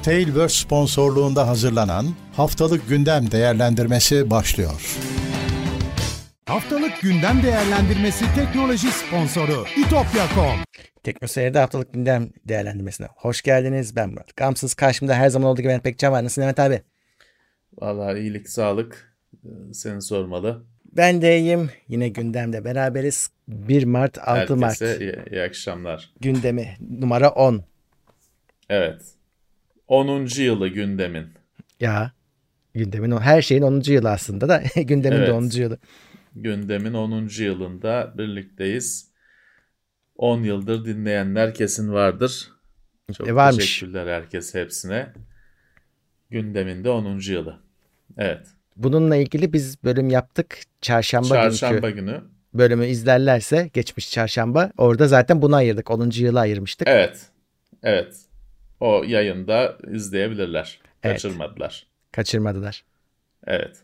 Tailverse sponsorluğunda hazırlanan Haftalık Gündem Değerlendirmesi başlıyor. Haftalık Gündem Değerlendirmesi teknoloji sponsoru itopya.com. Teknoseyir'de Haftalık Gündem Değerlendirmesi'ne hoş geldiniz. Ben Murat Gamsız. Karşımda her zaman olduğu gibi Mehmet Pekcan var. Nasılsın Mehmet abi? Vallahi iyilik, sağlık. Seni sormalı. Ben de iyiyim. Yine gündemde beraberiz. 1 Mart 6 Mart. Herkese iyi akşamlar. Gündemi numara 10. Evet. 10. yılı gündemin. Ya gündemin her şeyin 10. yılı aslında da gündemin de 10. yılı. Gündemin 10. yılında birlikteyiz. 10 yıldır dinleyenler kesin vardır. Çok teşekkürler herkes hepsine. Gündemin de 10. yılı. Evet. Bununla ilgili biz bölüm yaptık. Çarşamba günü. Bölümü izlerlerse geçmiş çarşamba. Orada zaten bunu ayırdık. 10. yılı ayırmıştık. Evet. O yayında izleyebilirler. Evet. Kaçırmadılar. Evet.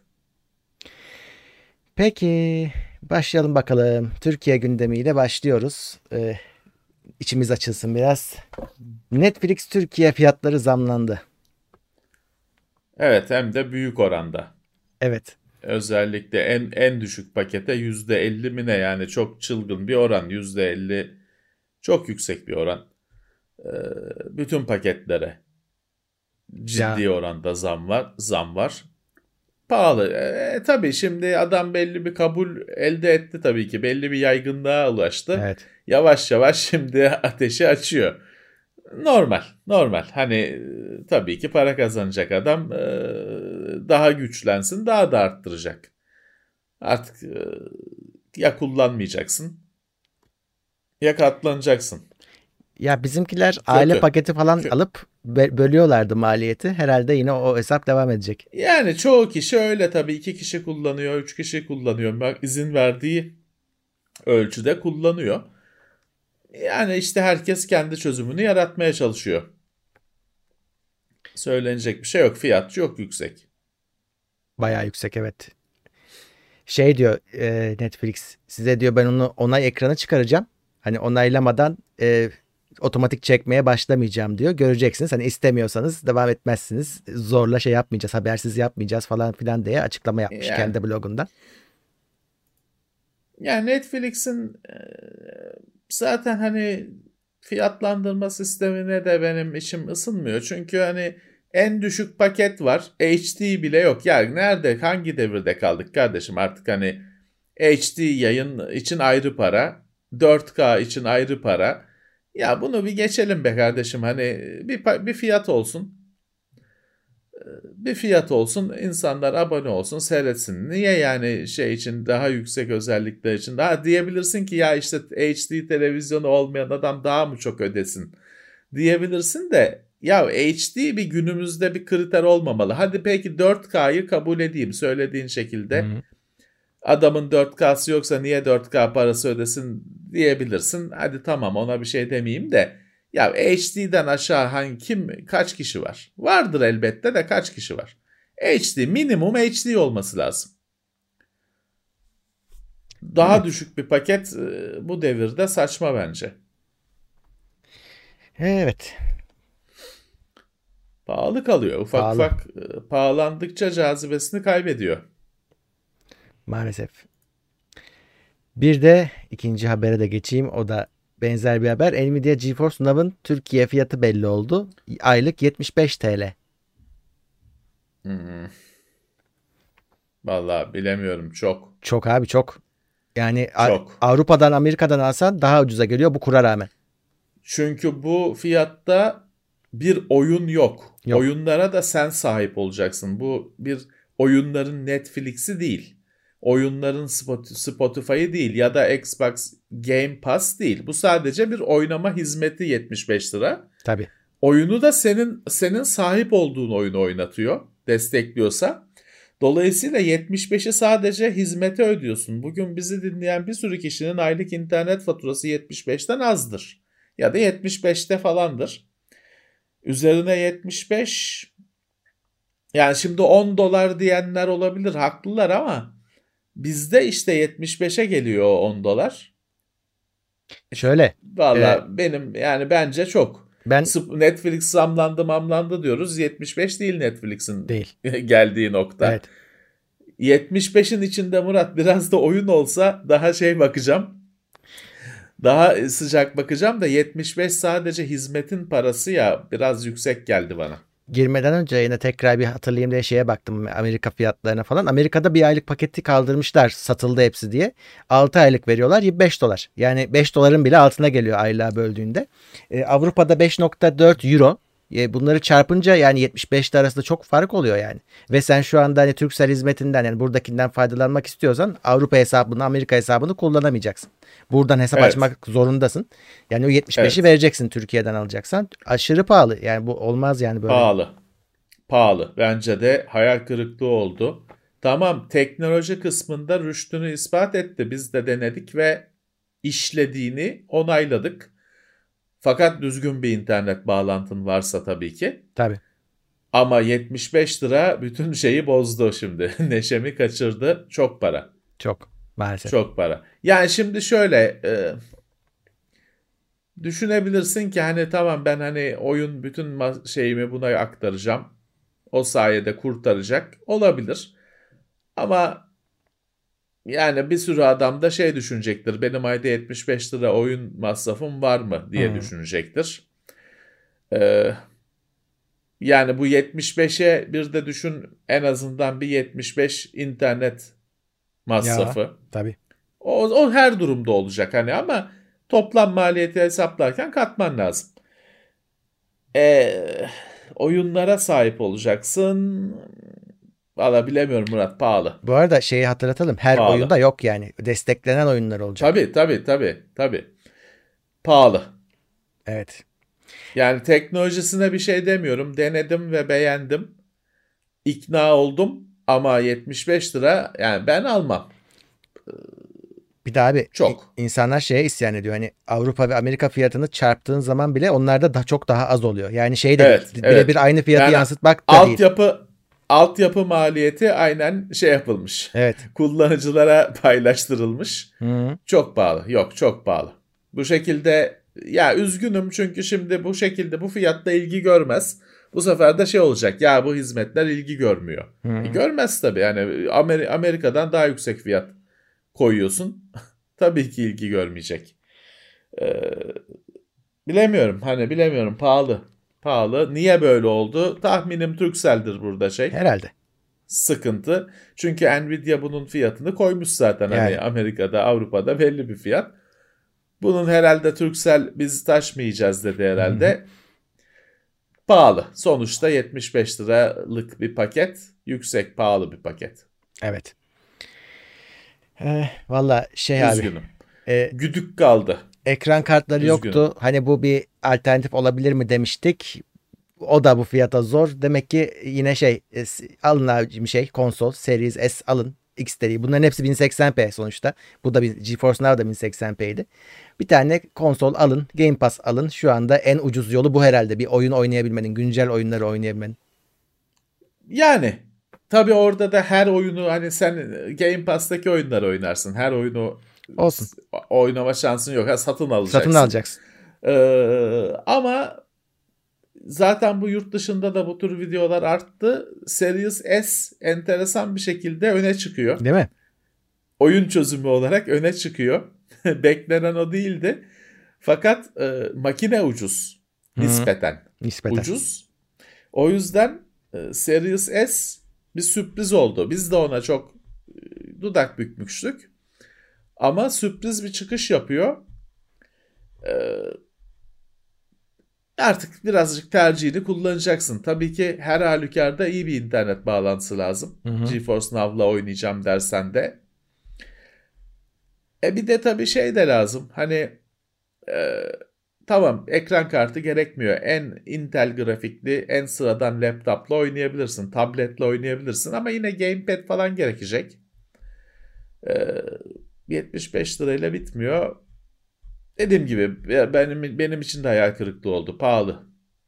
Peki başlayalım bakalım. Türkiye gündemiyle başlıyoruz. İçimiz açılsın biraz. Netflix Türkiye fiyatları zamlandı. Evet, hem de büyük oranda. Evet. Özellikle en düşük pakete %50 mi ne, yani çok çılgın bir oran. %50 çok yüksek bir oran. Bütün paketlere ciddi oranda zam var. Pahalı. Tabii şimdi adam belli bir kabul elde etti tabii ki. Belli bir yaygınlığa ulaştı. Evet. Yavaş yavaş şimdi ateşi açıyor. Normal. Hani tabii ki para kazanacak adam daha güçlensin, daha da arttıracak. Artık ya kullanmayacaksın ya katlanacaksın. Ya bizimkiler aile paketi falan alıp bölüyorlardı maliyeti. Herhalde yine o hesap devam edecek. Yani çoğu kişi öyle tabii. 2 kişi kullanıyor, 3 kişi kullanıyor. Bak, izin verdiği ölçüde kullanıyor. Yani işte herkes kendi çözümünü yaratmaya çalışıyor. Söylenecek bir şey yok. Fiyat çok yüksek. Bayağı yüksek, evet. Şey diyor Netflix, size diyor ben onu onay ekranı çıkaracağım. Hani onaylamadan otomatik çekmeye başlamayacağım diyor. Göreceksiniz. Hani istemiyorsanız devam etmezsiniz. Zorla şey yapmayacağız, habersiz yapmayacağız falan filan diye açıklama yapmış kendi blogunda. Yani Netflix'in zaten hani fiyatlandırma sistemine de benim içim ısınmıyor. Çünkü hani en düşük paket var. HD bile yok. Yani nerede, hangi devirde kaldık kardeşim? Artık hani HD yayın için ayrı para, 4K için ayrı para. Ya bunu bir geçelim be kardeşim. Hani bir fiyat olsun. Bir fiyat olsun, insanlar abone olsun, seyretsin. Niye yani şey için, daha yüksek özellikler için daha diyebilirsin ki ya işte HD televizyonu olmayan adam daha mı çok ödesin diyebilirsin de, ya HD bir günümüzde bir kriter olmamalı. Hadi peki 4K'yı kabul edeyim söylediğin şekilde. Hı-hı. Adamın 4K'sı yoksa niye 4K parası ödesin diyebilirsin. Hadi tamam, ona bir şey demeyeyim de. Ya HD'den aşağı kaç kişi var? Vardır elbette de kaç kişi var? Minimum HD olması lazım. Daha düşük bir paket bu devirde saçma bence. Evet. Pahalı kalıyor. Ufak pahalandıkça cazibesini kaybediyor. Maalesef. Bir de ikinci habere de geçeyim. O da benzer bir haber. Nvidia GeForce Now'ın Türkiye fiyatı belli oldu. Aylık 75 TL. Vallahi bilemiyorum, çok. Çok abi, çok. Yani çok. Avrupa'dan, Amerika'dan alsan daha ucuza geliyor bu kura rağmen. Çünkü bu fiyatta bir oyun yok. Oyunlara da sen sahip olacaksın. Bu bir oyunların Netflix'i değil. Oyunların Spotify'ı değil ya da Xbox Game Pass değil. Bu sadece bir oynama hizmeti, 75 lira. Tabii. Oyunu da senin sahip olduğun oyunu oynatıyor, destekliyorsa. Dolayısıyla 75'i sadece hizmete ödüyorsun. Bugün bizi dinleyen bir sürü kişinin aylık internet faturası 75'ten azdır. Ya da 75'te falandır. Üzerine 75, yani şimdi $10 diyenler olabilir, haklılar, ama bizde işte 75'e geliyor $10. Şöyle. Vallahi benim yani bence çok. Netflix zamlandı diyoruz. 75 değil Netflix'in Değil. geldiği nokta. Evet. 75'in içinde Murat biraz da oyun olsa daha bakacağım. Daha sıcak bakacağım da 75 sadece hizmetin parası ya, biraz yüksek geldi bana. Girmeden önce yine tekrar bir hatırlayayım diye şeye baktım, Amerika fiyatlarına falan. Amerika'da bir aylık paketi kaldırmışlar, satıldı hepsi diye. 6 aylık veriyorlar, $5. Yani $5 bile altına geliyor aylığa böldüğünde. Avrupa'da 5.4 euro. Bunları çarpınca yani 75'te arasında çok fark oluyor yani. Ve sen şu anda hani Turkcell hizmetinden, yani buradakinden faydalanmak istiyorsan Avrupa hesabını, Amerika hesabını kullanamayacaksın. Buradan hesap açmak zorundasın. Yani o 75'i vereceksin Türkiye'den alacaksan. Aşırı pahalı. Yani bu olmaz yani böyle. Pahalı. Bence de hayal kırıklığı oldu. Tamam, teknoloji kısmında rüştünü ispat etti. Biz de denedik ve işlediğini onayladık. Fakat düzgün bir internet bağlantın varsa tabii ki. Tabii. Ama 75 lira bütün şeyi bozdu şimdi. Neşemi kaçırdı. Çok para. Çok. Maalesef. Çok para. Yani şimdi şöyle düşünebilirsin ki hani tamam, ben hani oyun bütün şeyimi buna aktaracağım. O sayede kurtaracak. Olabilir. Ama yani bir sürü adam da düşünecektir. Benim ayda 75 lira oyun masrafım var mı diye düşünecektir. Yani bu 75'e bir de düşün, en azından bir 75 internet masrafı. Ya, tabii. O her durumda olacak hani, ama toplam maliyeti hesaplarken katman lazım. Oyunlara sahip olacaksın. Valla bilemiyorum Murat, pahalı. Bu arada şeyi hatırlatalım. Her Pahalı. oyunda yok yani. Desteklenen oyunlar olacak. Tabii. Pahalı. Evet. Yani teknolojisine bir şey demiyorum. Denedim ve beğendim. İkna oldum ama 75 lira yani ben almam. Bir de abi Çok. insanlar şeye isyan ediyor. Hani Avrupa ve Amerika fiyatını çarptığın zaman bile onlarda da çok daha az oluyor. Yani şey de Evet. birebir aynı fiyatı yani yansıtmak da değil. Altyapı maliyeti aynen yapılmış. Evet. Kullanıcılara paylaştırılmış. Hı-hı. Çok pahalı. Yok, çok pahalı. Bu şekilde ya üzgünüm, çünkü şimdi bu şekilde bu fiyatta ilgi görmez. Bu sefer de olacak. Ya bu hizmetler ilgi görmüyor. Görmez tabii. Yani Amerika'dan daha yüksek fiyat koyuyorsun. Tabii ki ilgi görmeyecek. Bilemiyorum. Pahalı. Niye böyle oldu? Tahminim Turkcell'dir burada Herhalde. sıkıntı. Çünkü Nvidia bunun fiyatını koymuş zaten. Yani. Hani Amerika'da, Avrupa'da belli bir fiyat. Bunun herhalde Turkcell biz taşmayacağız dedi herhalde. Pahalı. Sonuçta 75 liralık bir paket. Yüksek, pahalı bir paket. Evet. Valla Üzgünüm. abi. Güdük kaldı. Ekran kartları yoktu. Hani bu bir alternatif olabilir mi demiştik. O da bu fiyata zor. Demek ki yine alın abi konsol Series S alın. X değil. Bunların hepsi 1080p sonuçta. Bu da bir GeForce Now da 1080p'ydi. Bir tane konsol alın. Game Pass alın. Şu anda en ucuz yolu bu herhalde. Bir oyun oynayabilmenin. Güncel oyunları oynayabilmenin. Yani tabii orada da her oyunu, hani sen Game Pass'taki oyunları oynarsın. Her oyunu olsun. Oynama şansın yok. Satın alacaksın. Ama zaten bu yurt dışında da bu tür videolar arttı. Series S enteresan bir şekilde öne çıkıyor. Değil mi? Oyun çözümü olarak öne çıkıyor. Beklenen o değildi. Fakat makine ucuz. Nispeten. Ucuz. O yüzden Series S bir sürpriz oldu. Biz de ona çok dudak bükmüştük. Ama sürpriz bir çıkış yapıyor. Artık birazcık tercihini kullanacaksın. Tabii ki her halükarda iyi bir internet bağlantısı lazım. GeForce Now'la oynayacağım dersen de. Bir de tabii de lazım. Hani tamam, ekran kartı gerekmiyor. En Intel grafikli, en sıradan laptopla oynayabilirsin. Tabletle oynayabilirsin ama yine gamepad falan gerekecek. 75 lirayla bitmiyor. Dediğim gibi benim için de hayal kırıklığı oldu. Pahalı.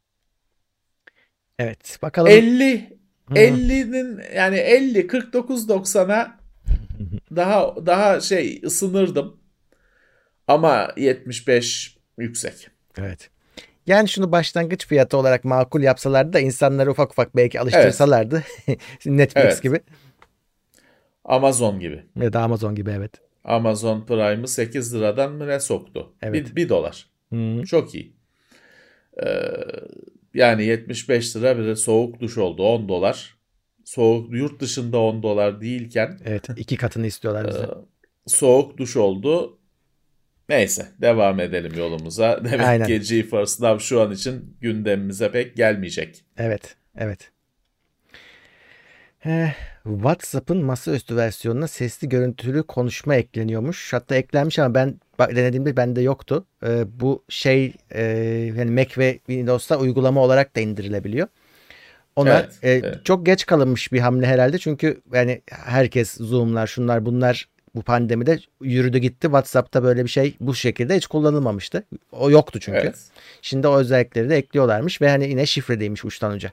Evet, bakalım. 50'nin yani 49.90'a daha ısınırdım. Ama 75 yüksek. Evet. Yani şunu başlangıç fiyatı olarak makul yapsalardı da insanları ufak ufak belki alıştırsalardı. Netflix Evet. gibi Amazon gibi. ya da Amazon gibi, evet. Amazon Prime'ı 8 liradan mı ne soktu? Evet. 1 dolar. Hı. Çok iyi. Yani 75 lira bir de soğuk duş oldu 10 dolar. Soğuk yurt dışında 10 dolar değilken Evet, 2 katını istiyorlar bize. soğuk duş oldu. Neyse devam edelim yolumuza. Demek Aynen. ki GeForce Now şu an için gündemimize pek gelmeyecek. Evet, evet. WhatsApp'ın masaüstü versiyonuna sesli görüntülü konuşma ekleniyormuş. Hatta eklenmiş ama ben denediğimde bende yoktu. Bu yani Mac ve Windows'ta uygulama olarak da indirilebiliyor. Ona Evet. çok geç kalınmış bir hamle herhalde. Çünkü yani herkes Zoom'lar, şunlar bunlar bu pandemide yürüdü gitti. WhatsApp'ta böyle bir şey bu şekilde hiç kullanılmamıştı. O yoktu çünkü. Evet. Şimdi o özellikleri de ekliyorlarmış ve hani yine şifreliymiş uçtan uca.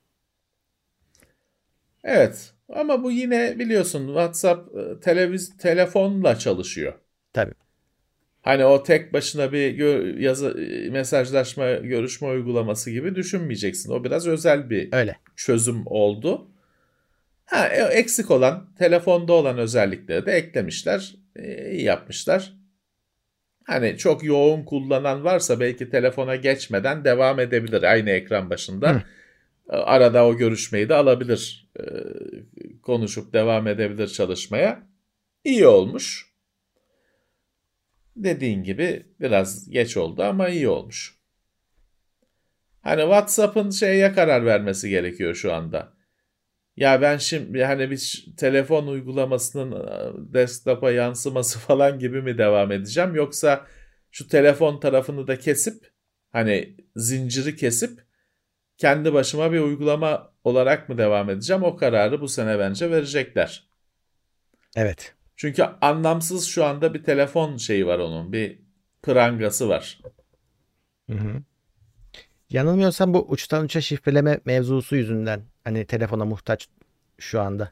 Evet. Ama bu yine biliyorsun WhatsApp telefonla çalışıyor. Tabii. Hani o tek başına bir mesajlaşma, görüşme uygulaması gibi düşünmeyeceksin. O biraz özel bir Öyle. çözüm oldu. Eksik olan, telefonda olan özellikleri de eklemişler. İyi yapmışlar. Hani çok yoğun kullanan varsa belki telefona geçmeden devam edebilir aynı ekran başında. Hı. Arada o görüşmeyi de alabilir. Konuşup devam edebilir çalışmaya. İyi olmuş. Dediğin gibi biraz geç oldu ama iyi olmuş. Hani WhatsApp'ın şeye karar vermesi gerekiyor şu anda. Ya ben şimdi hani bir telefon uygulamasının desktop'a yansıması falan gibi mi devam edeceğim? Yoksa şu telefon tarafını da kesip hani zinciri kesip kendi başıma bir uygulama olarak mı devam edeceğim? O kararı bu sene bence verecekler. Evet. Çünkü anlamsız şu anda bir telefon şeyi var onun. Bir prangası var. Hı hı. Yanılmıyorsam bu uçtan uça şifreleme mevzusu yüzünden hani telefona muhtaç şu anda.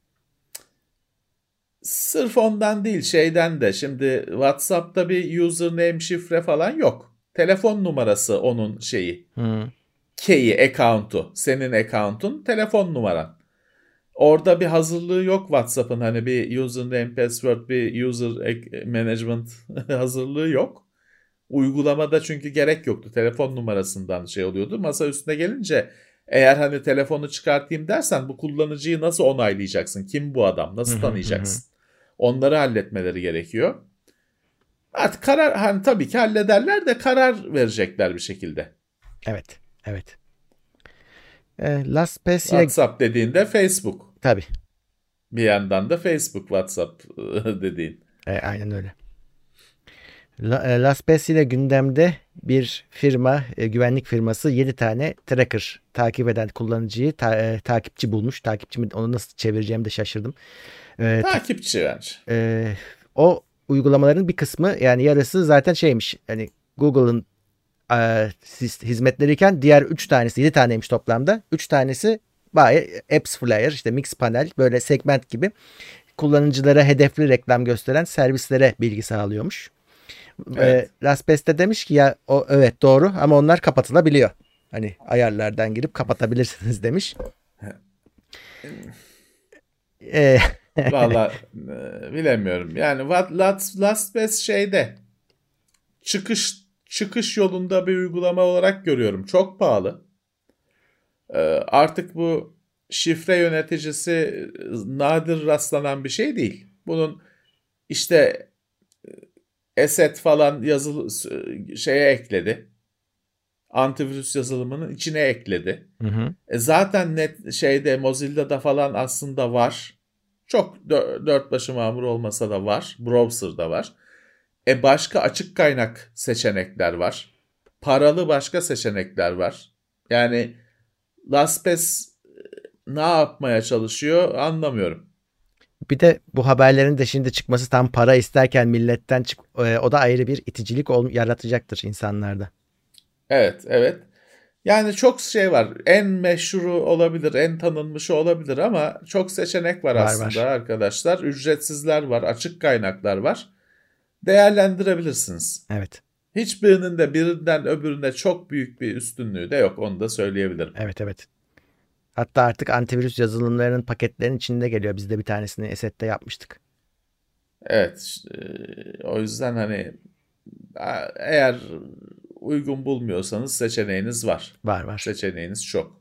Sırf ondan değil şeyden de şimdi WhatsApp'ta bir username şifre falan yok. Telefon numarası onun şeyi. Hı. Account'u. Senin account'un telefon numaran. Orada bir hazırlığı yok WhatsApp'ın hani bir username password bir user management hazırlığı yok. Uygulamada çünkü gerek yoktu. Telefon numarasından şey oluyordu. Masa üstüne gelince eğer hani telefonu çıkartayım dersen bu kullanıcıyı nasıl onaylayacaksın? Kim bu adam? Hı Nasıl hı hı. tanıyacaksın? Onları halletmeleri gerekiyor. Artık karar hani tabii ki hallederler de karar verecekler bir şekilde. Evet. Evet. LastPass yine WhatsApp dediğinde Facebook. tabii. Bir yandan da Facebook WhatsApp dediğin. Aynen öyle. LastPass ile gündemde bir firma, güvenlik firması 7 tane tracker takip eden kullanıcıyı takipçi bulmuş. Takipçi mi, onu nasıl çevireceğimi de şaşırdım. Takipçi bence. O uygulamaların bir kısmı yani yarısı zaten şeymiş. Hani Google'ın hizmetleriyken diğer 3 tanesi 7 taneymiş toplamda. 3 tanesi bayağı Apps Flyer işte Mixpanel böyle segment gibi kullanıcılara hedefli reklam gösteren servislere bilgi sağlıyormuş. Evet. LastPass de demiş ki ya o evet doğru ama onlar kapatılabiliyor. Hani ayarlardan girip kapatabilirsiniz demiş. Valla bilemiyorum. Yani LastPass şeyde çıkış yolunda bir uygulama olarak görüyorum. Çok pahalı. Artık bu şifre yöneticisi nadir rastlanan bir şey değil. Bunun işte Asset falan yazılı şeye ekledi. Antivirüs yazılımının içine ekledi. Hı hı. Zaten Mozilla'da falan aslında var. Çok dört başı mamur olmasa da var. Browser'da var. Başka açık kaynak seçenekler var. Paralı başka seçenekler var. Yani LastPass ne yapmaya çalışıyor anlamıyorum. Bir de bu haberlerin de şimdi çıkması tam para isterken milletten o da ayrı bir iticilik yaratacaktır insanlarda. Evet. Yani çok şey var. En meşhuru olabilir, en tanınmışı olabilir ama çok seçenek var aslında Var. arkadaşlar. Ücretsizler var, açık kaynaklar var. Değerlendirebilirsiniz. Evet. Hiçbirinin de birinden öbürüne çok büyük bir üstünlüğü de yok. Onu da söyleyebilirim. Evet, evet. Hatta artık antivirüs yazılımlarının paketlerinin içinde geliyor. Biz de bir tanesini ESET'te yapmıştık. Evet. O yüzden hani eğer uygun bulmuyorsanız seçeneğiniz var. Var. Seçeneğiniz çok.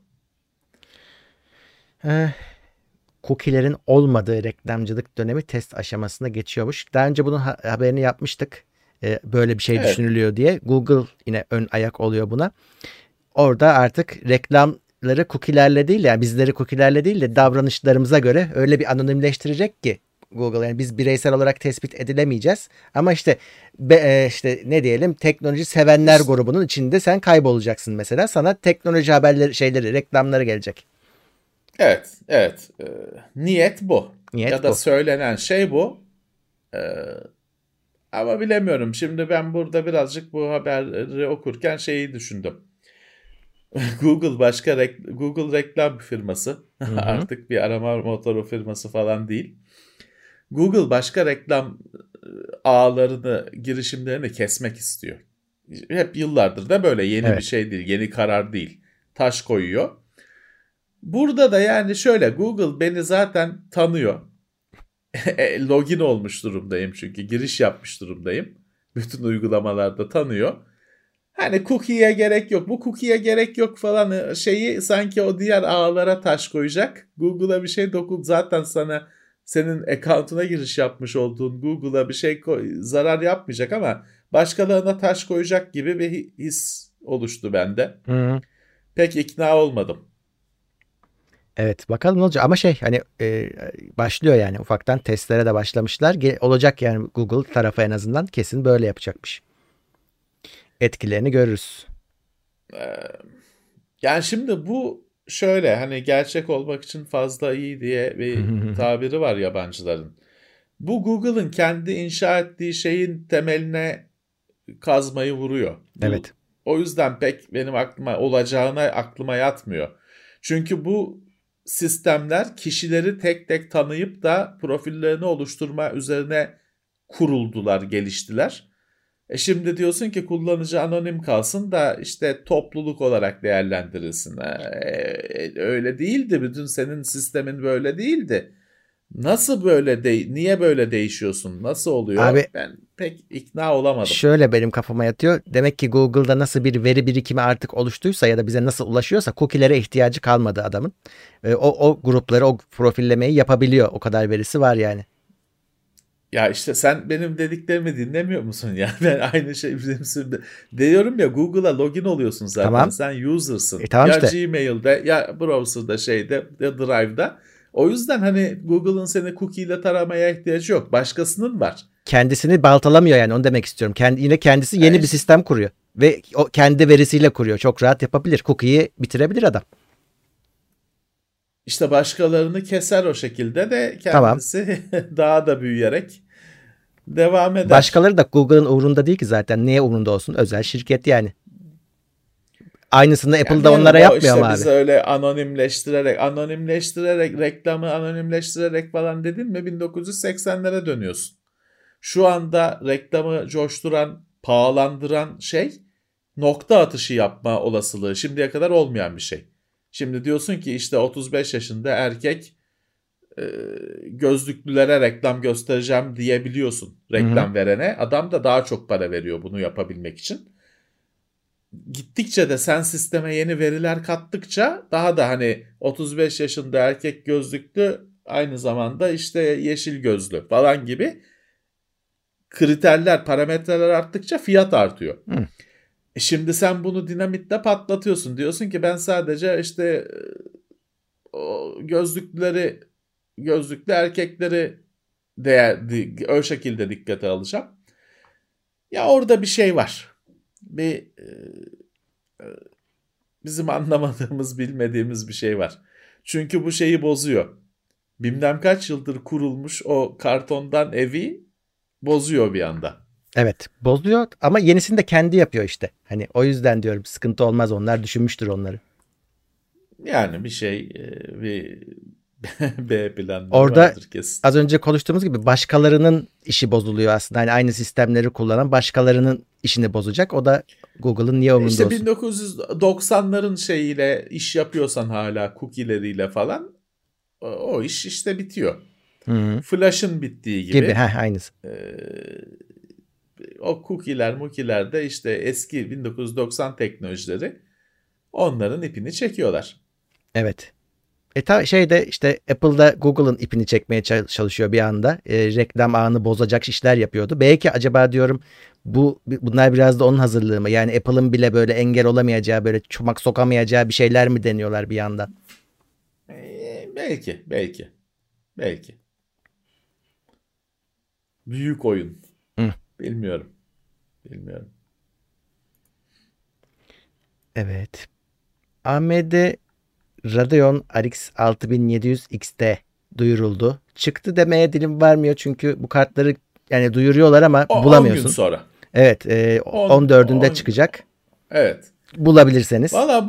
Cookie'lerin olmadığı reklamcılık dönemi test aşamasına geçiyormuş. Daha önce bunun haberini yapmıştık. Böyle bir şey Evet. düşünülüyor diye. Google yine ön ayak oluyor buna. Orada artık reklamları cookie'lerle değil, yani bizleri cookie'lerle değil de davranışlarımıza göre öyle bir anonimleştirecek ki Google, yani biz bireysel olarak tespit edilemeyeceğiz. Ama işte işte ne diyelim, teknoloji sevenler grubunun içinde sen kaybolacaksın mesela. Sana teknoloji haberleri, reklamları gelecek. Evet. Niyet bu. Niyet ya da bu. söylenen şey bu. Ama bilemiyorum. Şimdi ben burada birazcık bu haberi okurken şeyi düşündüm. Google reklam firması. Artık bir arama motoru firması falan değil. Google başka reklam ağlarını, girişimlerini kesmek istiyor. Hep yıllardır da böyle, yeni bir şey değil, yeni karar değil. Taş koyuyor. Burada da yani şöyle, Google beni zaten tanıyor. Login olmuş durumdayım çünkü giriş yapmış durumdayım. Bütün uygulamalarda tanıyor. Hani cookie'ye gerek yok. Bu cookie'ye gerek yok falan şeyi sanki o diğer ağlara taş koyacak. Google'a bir şey zaten senin account'una giriş yapmış olduğun Google'a bir şey zarar yapmayacak ama başkalarına taş koyacak gibi bir his oluştu bende. Pek ikna olmadım. Evet, bakalım ne olacak ama hani başlıyor yani, ufaktan testlere de başlamışlar. Olacak yani, Google tarafı en azından kesin böyle yapacakmış. Etkilerini görürüz. Yani şimdi bu şöyle, hani gerçek olmak için fazla iyi diye bir tabiri var yabancıların. Bu Google'ın kendi inşa ettiği şeyin temeline kazmayı vuruyor. Evet. O yüzden pek benim aklıma yatmıyor. Çünkü bu sistemler kişileri tek tek tanıyıp da profillerini oluşturma üzerine kuruldular, geliştiler. Şimdi diyorsun ki kullanıcı anonim kalsın da işte topluluk olarak değerlendirilsin. Öyle değildi. Bütün senin sistemin böyle değildi. Nasıl böyle niye böyle değişiyorsun? Nasıl oluyor? Abi, ben pek ikna olamadım. Şöyle benim kafama yatıyor. Demek ki Google'da nasıl bir veri birikimi artık oluştuysa ya da bize nasıl ulaşıyorsa, cookie'lere ihtiyacı kalmadı adamın. O grupları, o profillemeyi yapabiliyor. O kadar verisi var yani. Ya işte sen benim dediklerimi dinlemiyor musun ya? Ben aynı şey diyorum ya, Google'a login oluyorsun zaten. Tamam. Sen user'sın. Tamam ya işte. Gmail'de ya browser'da ya Drive'da. O yüzden hani Google'ın seni cookie ile taramaya ihtiyacı yok. Başkasının var. Kendisini baltalamıyor yani, onu demek istiyorum. Yine kendisi yeni bir sistem kuruyor. Ve o kendi verisiyle kuruyor. Çok rahat yapabilir. Cookie'yi bitirebilir adam. İşte başkalarını keser o şekilde de kendisi daha da büyüyerek devam eder. Başkaları da Google'ın umurunda değil ki zaten. Neye umurunda olsun? Özel şirket yani. Aynısını Apple'da yani onlara yapmıyor işte mu abi? Biz öyle anonimleştirerek reklamı anonimleştirerek falan dedin mi 1980'lere dönüyorsun. Şu anda reklamı coşturan, pahalandıran şey nokta atışı yapma olasılığı şimdiye kadar olmayan bir şey. Şimdi diyorsun ki işte 35 yaşında erkek gözlüklülere reklam göstereceğim diyebiliyorsun reklam verene. Adam da daha çok para veriyor bunu yapabilmek için. Gittikçe de sen sisteme yeni veriler kattıkça daha da hani 35 yaşında erkek gözlüklü, aynı zamanda işte yeşil gözlü falan gibi kriterler, parametreler arttıkça fiyat artıyor. Şimdi sen bunu dinamitle patlatıyorsun. Diyorsun ki ben sadece işte gözlüklü erkekleri o şekilde dikkate alacağım. Ya orada bir şey var. Bizim anlamadığımız, bilmediğimiz bir şey var. Çünkü bu şeyi bozuyor. Bilmem kaç yıldır kurulmuş o kartondan evi bozuyor bir anda. Evet, bozuyor ama yenisini de kendi yapıyor işte. Hani o yüzden diyorum, sıkıntı olmaz, onlar düşünmüştür onları. Yani bir B planı orada vardır kesin. Az önce konuştuğumuz gibi başkalarının işi bozuluyor aslında. Hani aynı sistemleri kullanan başkalarının işini bozacak. O da Google'ın niye umurunda İşte olsun? 1990'ların şeyiyle iş yapıyorsan hala cookie'leriyle falan o iş işte bitiyor. Hı-hı. Flash'ın bittiği gibi. Aynısı. O cookie'ler de işte eski 1990 teknolojileri onların ipini çekiyorlar. Evet. Şeyde işte Apple'da Google'ın ipini çekmeye çalışıyor bir anda. Reklam ağını bozacak işler yapıyordu. Belki acaba diyorum bunlar biraz da onun hazırlığı mı? Yani Apple'ın bile böyle engel olamayacağı, böyle çomak sokamayacağı bir şeyler mi deniyorlar bir yandan? Belki. Büyük oyun. Hı. Bilmiyorum. Evet. AMD Radeon RX 6700 XT duyuruldu. Çıktı demeye dilim varmıyor çünkü bu kartları yani duyuruyorlar ama 10 bulamıyorsun. gün sonra. Evet, 14'ünde çıkacak. Evet. Bulabilirseniz. Valla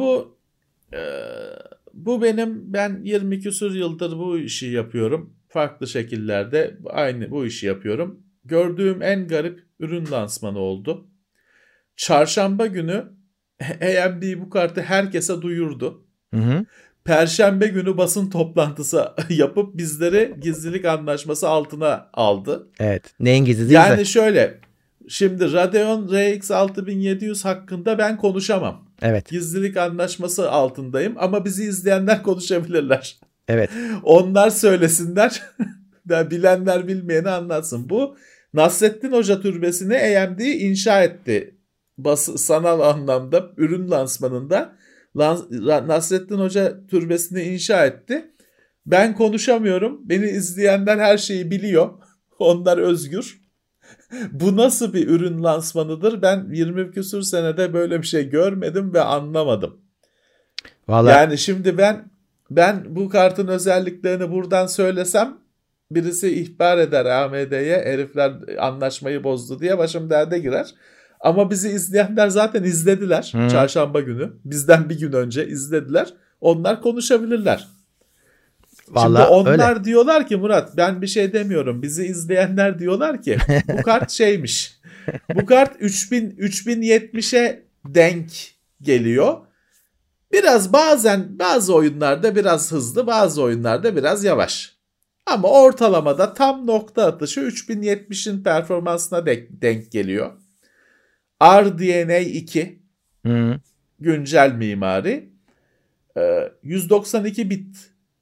bu ben 20 küsur yıldır bu işi yapıyorum. Farklı şekillerde aynı bu işi yapıyorum. Gördüğüm en garip ürün lansmanı oldu. Çarşamba günü AMD bu kartı herkese duyurdu. Hı. Perşembe günü basın toplantısı yapıp bizleri gizlilik anlaşması altına aldı. Evet. Neyin gizlisi? Yani şöyle, şimdi Radeon RX 6700 hakkında ben konuşamam. Evet. Gizlilik anlaşması altındayım ama bizi izleyenler konuşabilirler. Evet. Onlar söylesinler. Bilenler bilmeyeni anlatsın. Bu Nasrettin Hoca Türbesi'ni AMD inşa etti. Sanal anlamda ürün lansmanında Nasrettin Hoca Türbesi'ni inşa etti. Ben konuşamıyorum. Beni izleyenler her şeyi biliyor. Onlar özgür. Bu nasıl bir ürün lansmanıdır? Ben 20 küsur senede böyle bir şey görmedim ve anlamadım. Vallahi... Yani şimdi ben bu kartın özelliklerini buradan söylesem birisi ihbar eder AMD'ye, herifler anlaşmayı bozdu diye başım derde girer. Ama bizi izleyenler zaten izlediler çarşamba günü. Bizden bir gün önce izlediler. Onlar konuşabilirler. Vallahi şimdi onlar öyle. Diyorlar ki Murat ben bir şey demiyorum. Bizi izleyenler diyorlar ki bu kart şeymiş. Bu kart 3070'e denk geliyor. Biraz bazı oyunlarda biraz hızlı, bazı oyunlarda biraz yavaş. Ama ortalamada tam nokta atışı 3070'in performansına denk geliyor. RDNA 2 güncel mimari 192 bit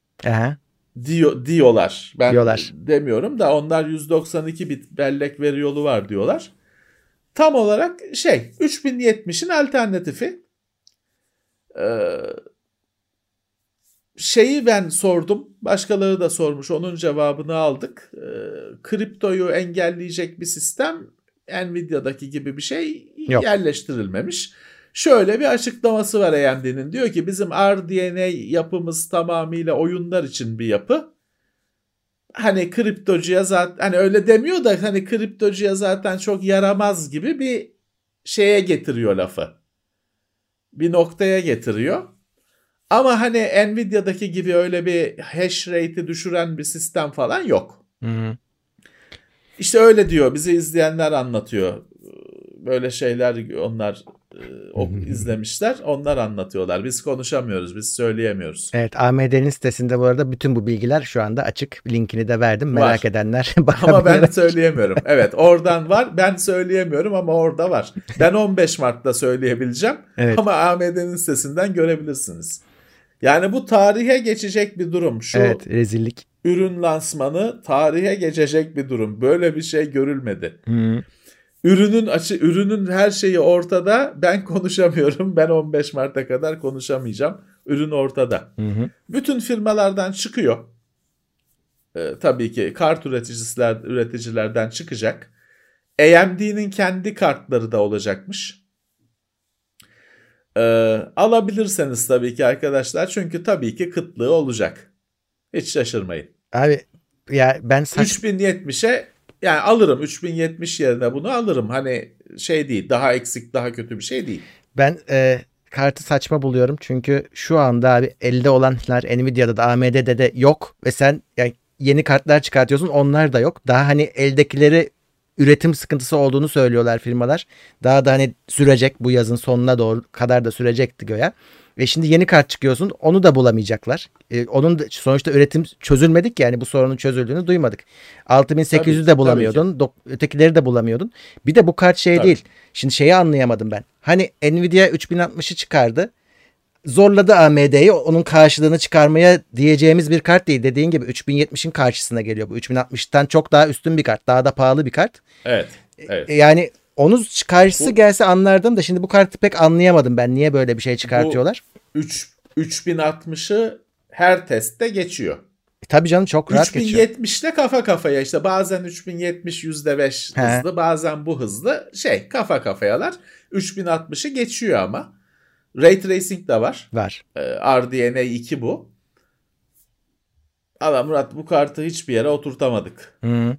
diyorlar. Ben demiyorum da onlar 192 bit bellek veri yolu var diyorlar. Tam olarak 3070'in alternatifi. Şeyi ben sordum. Başkaları da sormuş. Onun cevabını aldık. Kriptoyu engelleyecek bir sistem Nvidia'daki gibi bir şey yerleştirilmemiş. Şöyle bir açıklaması var AMD'nin. Diyor ki bizim RDNA yapımız tamamıyla oyunlar için bir yapı. Hani kriptocuya zaten hani öyle demiyor da hani kriptocuya zaten çok yaramaz gibi bir şeye getiriyor lafı. Bir noktaya getiriyor. Ama hani Nvidia'daki gibi öyle bir hash rate'i düşüren bir sistem falan yok. İşte öyle diyor. Bizi izleyenler anlatıyor. Böyle şeyler onlar izlemişler. Onlar anlatıyorlar. Biz konuşamıyoruz. Biz söyleyemiyoruz. Evet, AMD'nin sitesinde bu arada bütün bu bilgiler şu anda açık. Linkini de verdim. Merak edenler bakabilir. Ama ben söyleyemiyorum. Evet, oradan var. Ben söyleyemiyorum ama orada var. Ben 15 Mart'ta söyleyebileceğim. Evet. Ama AMD'nin sitesinden görebilirsiniz. Yani bu tarihe geçecek bir durum. Evet, rezillik. Ürün lansmanı tarihe geçecek bir durum. Böyle bir şey görülmedi. Ürünün her şeyi ortada. Ben konuşamıyorum. Ben 15 Mart'a kadar konuşamayacağım. Ürün ortada. Bütün firmalardan çıkıyor. Tabii ki kart üreticilerden çıkacak. AMD'nin kendi kartları da olacakmış. Alabilirseniz tabii ki arkadaşlar. Çünkü tabii ki kıtlığı olacak. Hiç şaşırmayın. Abi ya ben 3070'e yani alırım. 3070 yerine bunu alırım. Hani şey değil. Daha eksik, daha kötü bir şey değil. Ben kartı saçma buluyorum. Çünkü şu anda abi elde olanlar Nvidia'da da AMD'de de yok ve sen yani yeni kartlar çıkartıyorsun. Onlar da yok. Daha hani eldekileri üretim sıkıntısı olduğunu söylüyorlar firmalar. Daha da hani sürecek, bu yazın sonuna doğru kadar da sürecekti göya. Ve şimdi yeni kart çıkıyorsun, onu da bulamayacaklar. Onun da, sonuçta üretim çözülmedik, yani bu sorunun çözüldüğünü duymadık. 6800'ü de bulamıyordun. Ötekileri de bulamıyordun. Bir de bu kart şey değil. Şimdi şeyi anlayamadım ben. Hani Nvidia 3060'ı çıkardı. Zorladı AMD'yi onun karşılığını çıkarmaya diyeceğimiz bir kart değil. Dediğin gibi 3070'in karşısına geliyor. Bu 3060'tan çok daha üstün bir kart. Daha da pahalı bir kart. Evet. Evet. Yani onun karşısı gelse anlardım da şimdi bu kartı pek anlayamadım ben. Niye böyle bir şey çıkartıyorlar? Bu 3060'ı her testte geçiyor. Tabii canım, çok rahat geçiyor. 3070'le kafa kafaya, işte bazen 3070 %5 hızlı, bazen bu hızlı, kafa kafayalar. 3060'ı geçiyor ama. Ray Tracing de var. Var. RDNA 2 bu. Ama Murat, bu kartı hiçbir yere oturtamadık. Hı.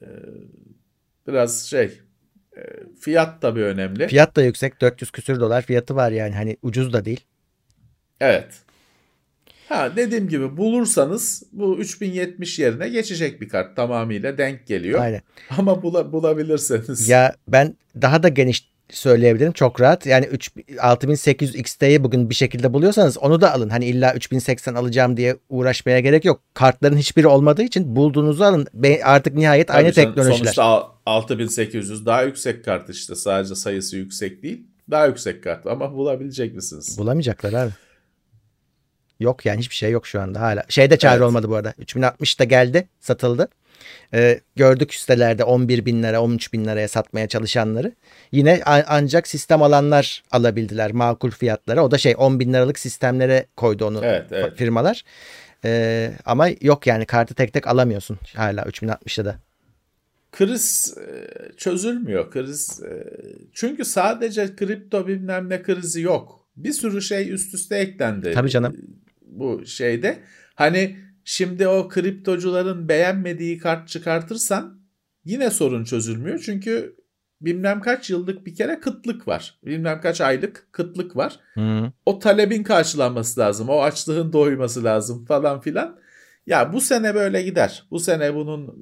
Biraz fiyat tabii önemli. Fiyat da yüksek. 400 küsür dolar fiyatı var yani. Hani ucuz da değil. Evet. Dediğim gibi bulursanız bu 3070 yerine geçecek bir kart, tamamıyla denk geliyor. Aynen. Ama bulabilirseniz. Ya ben daha da geniş söyleyebilirim, çok rahat. Yani 6800 XT'yi bugün bir şekilde buluyorsanız onu da alın. Hani illa 3080 alacağım diye uğraşmaya gerek yok. Kartların hiçbiri olmadığı için bulduğunuzu alın. Artık nihayet Tabii aynı teknolojiler. Sonuçta 6800 daha yüksek kart işte. Sadece sayısı yüksek değil. Daha yüksek kart ama bulabilecek misiniz? Bulamayacaklar abi. Yok yani, hiçbir şey yok şu anda hala. Şeyde çağrı olmadı bu arada. 3060 da geldi, satıldı. Gördük sitelerde 11 bin lira, 13 bin liraya satmaya çalışanları. Yine ancak sistem alanlar alabildiler makul fiyatlara. O da 10 bin liralık sistemlere koydu onu firmalar. Ama yok yani, kartı tek tek alamıyorsun hala 3060'da da. Kriz çözülmüyor. Çünkü sadece kripto bilmem ne krizi yok. Bir sürü şey üst üste eklendi. Tabii canım. Bu şeyde. Hani şimdi o kriptocuların beğenmediği kart çıkartırsan yine sorun çözülmüyor. Çünkü bilmem kaç yıllık bir kere kıtlık var. Bilmem kaç aylık kıtlık var. Hı. O talebin karşılanması lazım. O açlığın doyması lazım falan filan. Ya bu sene böyle gider. Bu sene bunun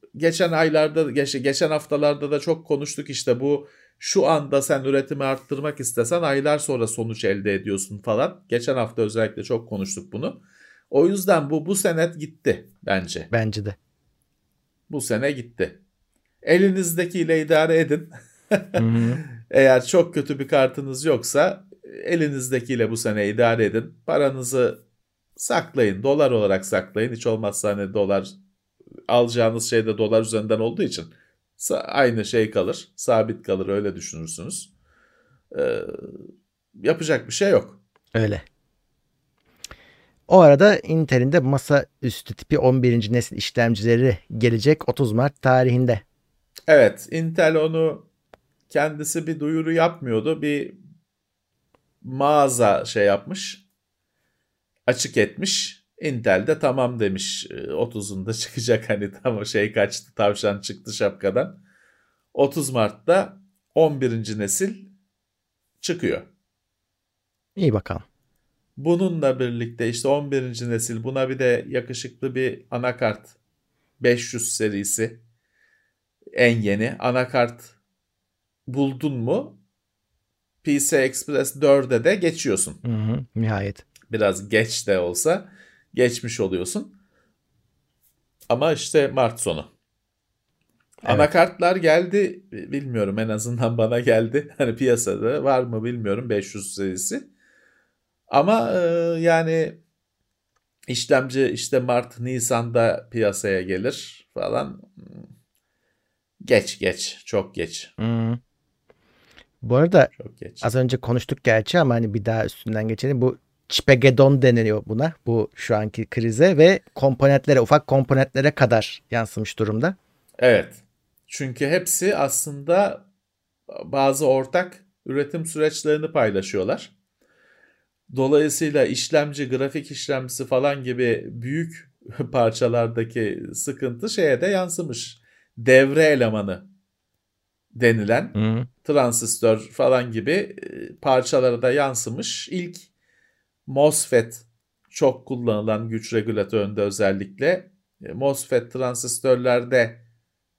geçen haftalarda da çok konuştuk işte, bu şu anda sen üretimi arttırmak istesen aylar sonra sonuç elde ediyorsun falan. Geçen hafta özellikle çok konuştuk bunu. O yüzden bu sene gitti bence. Bence de. Bu sene gitti. Elinizdekiyle idare edin. Eğer çok kötü bir kartınız yoksa elinizdekiyle bu sene idare edin. Paranızı saklayın. Dolar olarak saklayın. Hiç olmazsa hani dolar, alacağınız şey de dolar üzerinden olduğu için aynı şey kalır. Sabit kalır, öyle düşünürsünüz. Yapacak bir şey yok. Öyle. O arada Intel'in de masaüstü tipi 11. nesil işlemcileri gelecek 30 Mart tarihinde. Evet, Intel onu kendisi bir duyuru yapmıyordu. Bir mağaza yapmış. Açık etmiş. Intel de tamam demiş. 30'unda çıkacak, hani tam o kaçtı. Tavşan çıktı şapkadan. 30 Mart'ta 11. nesil çıkıyor. İyi bakalım. Bununla birlikte işte 11. nesil, buna bir de yakışıklı bir anakart, 500 serisi en yeni anakart buldun mu PCI Express 4'e de geçiyorsun. Hı, nihayet. Biraz geç de olsa geçmiş oluyorsun. Ama işte Mart sonu. Evet. Anakartlar geldi. Bilmiyorum, en azından bana geldi. Hani piyasada var mı bilmiyorum 500 serisi. Ama yani işlemci işte Mart, Nisan'da piyasaya gelir falan. Geç. Çok geç. Hı. Bu arada çok geç. Az önce konuştuk gerçi ama hani bir daha üstünden geçelim. Bu Çipegedon deniliyor buna. Bu şu anki krize ve komponentlere, ufak komponentlere kadar yansımış durumda. Evet. Çünkü hepsi aslında bazı ortak üretim süreçlerini paylaşıyorlar. Dolayısıyla işlemci, grafik işlemcisi falan gibi büyük parçalardaki sıkıntı de yansımış. Devre elemanı denilen transistör falan gibi parçalara da yansımış. İlk MOSFET çok kullanılan güç regülatöründe özellikle MOSFET transistörlerde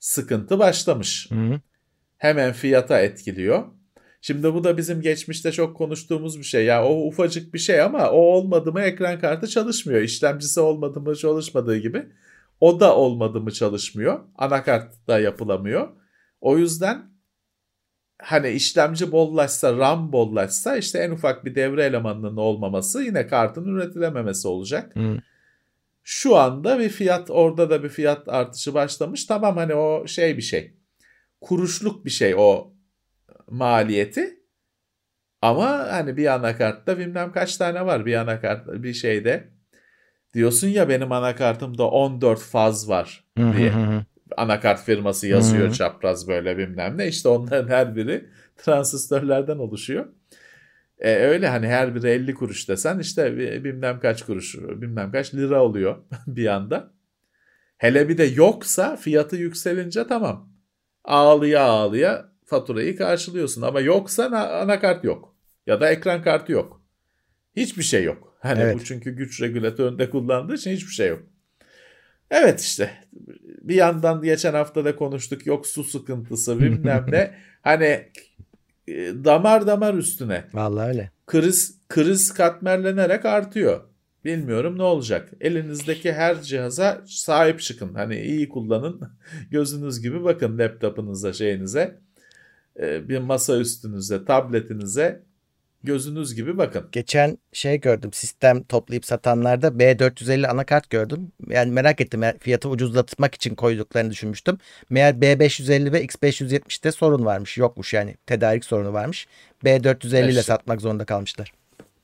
sıkıntı başlamış. Hı. Hemen fiyata etkiliyor. Şimdi bu da bizim geçmişte çok konuştuğumuz bir şey. Ya o ufacık bir şey ama o olmadı mı ekran kartı çalışmıyor. İşlemcisi olmadı mı çalışmadığı gibi. O da olmadı mı çalışmıyor. Anakart da yapılamıyor. O yüzden hani işlemci bollaşsa, RAM bollaşsa işte en ufak bir devre elemanının olmaması yine kartın üretilememesi olacak. Hı. Şu anda bir fiyat, orada da bir fiyat artışı başlamış. Tamam, hani o şey bir şey. Kuruşluk bir şey o maliyeti. Ama hani bir anakartta bilmem kaç tane var bir anakart bir şeyde. Diyorsun ya benim anakartımda 14 faz var Hı hı diye. hı. Anakart firması yazıyor Hı. çapraz böyle bilmem ne. İşte onların her biri transistörlerden oluşuyor. Öyle hani her biri 50 kuruş desen işte bilmem kaç kuruş, bilmem kaç lira oluyor bir anda. Hele bir de yoksa fiyatı yükselince tamam. Ağlıya ağlıya faturayı karşılıyorsun. Ama yoksa anakart yok. Ya da ekran kartı yok. Hiçbir şey yok. Hani bu Evet. çünkü güç regülatöründe kullandığı için hiçbir şey yok. Evet işte bir yandan geçen hafta da konuştuk, yok su sıkıntısı bilmem ne. Hani damar damar üstüne. Vallahi öyle. Kriz katmerlenerek artıyor. Bilmiyorum ne olacak. Elinizdeki her cihaza sahip çıkın. Hani iyi kullanın. Gözünüz gibi bakın laptopunuza, şeyinize, bir masa üstünüze, tabletinize gözünüz gibi bakın. Geçen şey gördüm. Sistem toplayıp satanlarda B450 anakart gördüm. Yani merak ettim. Yani fiyatı ucuzlatmak için koyduklarını düşünmüştüm. Meğer B550 ve X570'te sorun varmış. Yokmuş yani. Tedarik sorunu varmış. B450 ile İşte. satmak zorunda kalmışlar.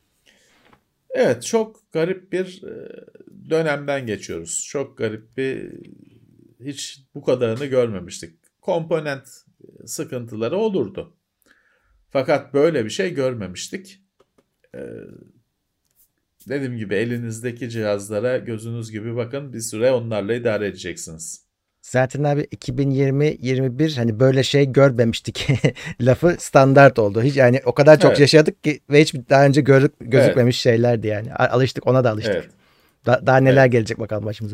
Evet, çok garip bir dönemden geçiyoruz. Çok garip bir, hiç bu kadarını görmemiştik. Komponent sıkıntıları olurdu. Fakat böyle bir şey görmemiştik. Dediğim gibi elinizdeki cihazlara gözünüz gibi bakın, bir süre onlarla idare edeceksiniz. Zaten abi 2020-21 hani böyle şey görmemiştik lafı standart oldu. Hiç yani o kadar çok Evet, yaşadık ki ve hiç daha önce evet, gözükmemiş şeylerdi yani. Alıştık, ona da alıştık. evet, Daha neler evet. gelecek bakalım başımıza.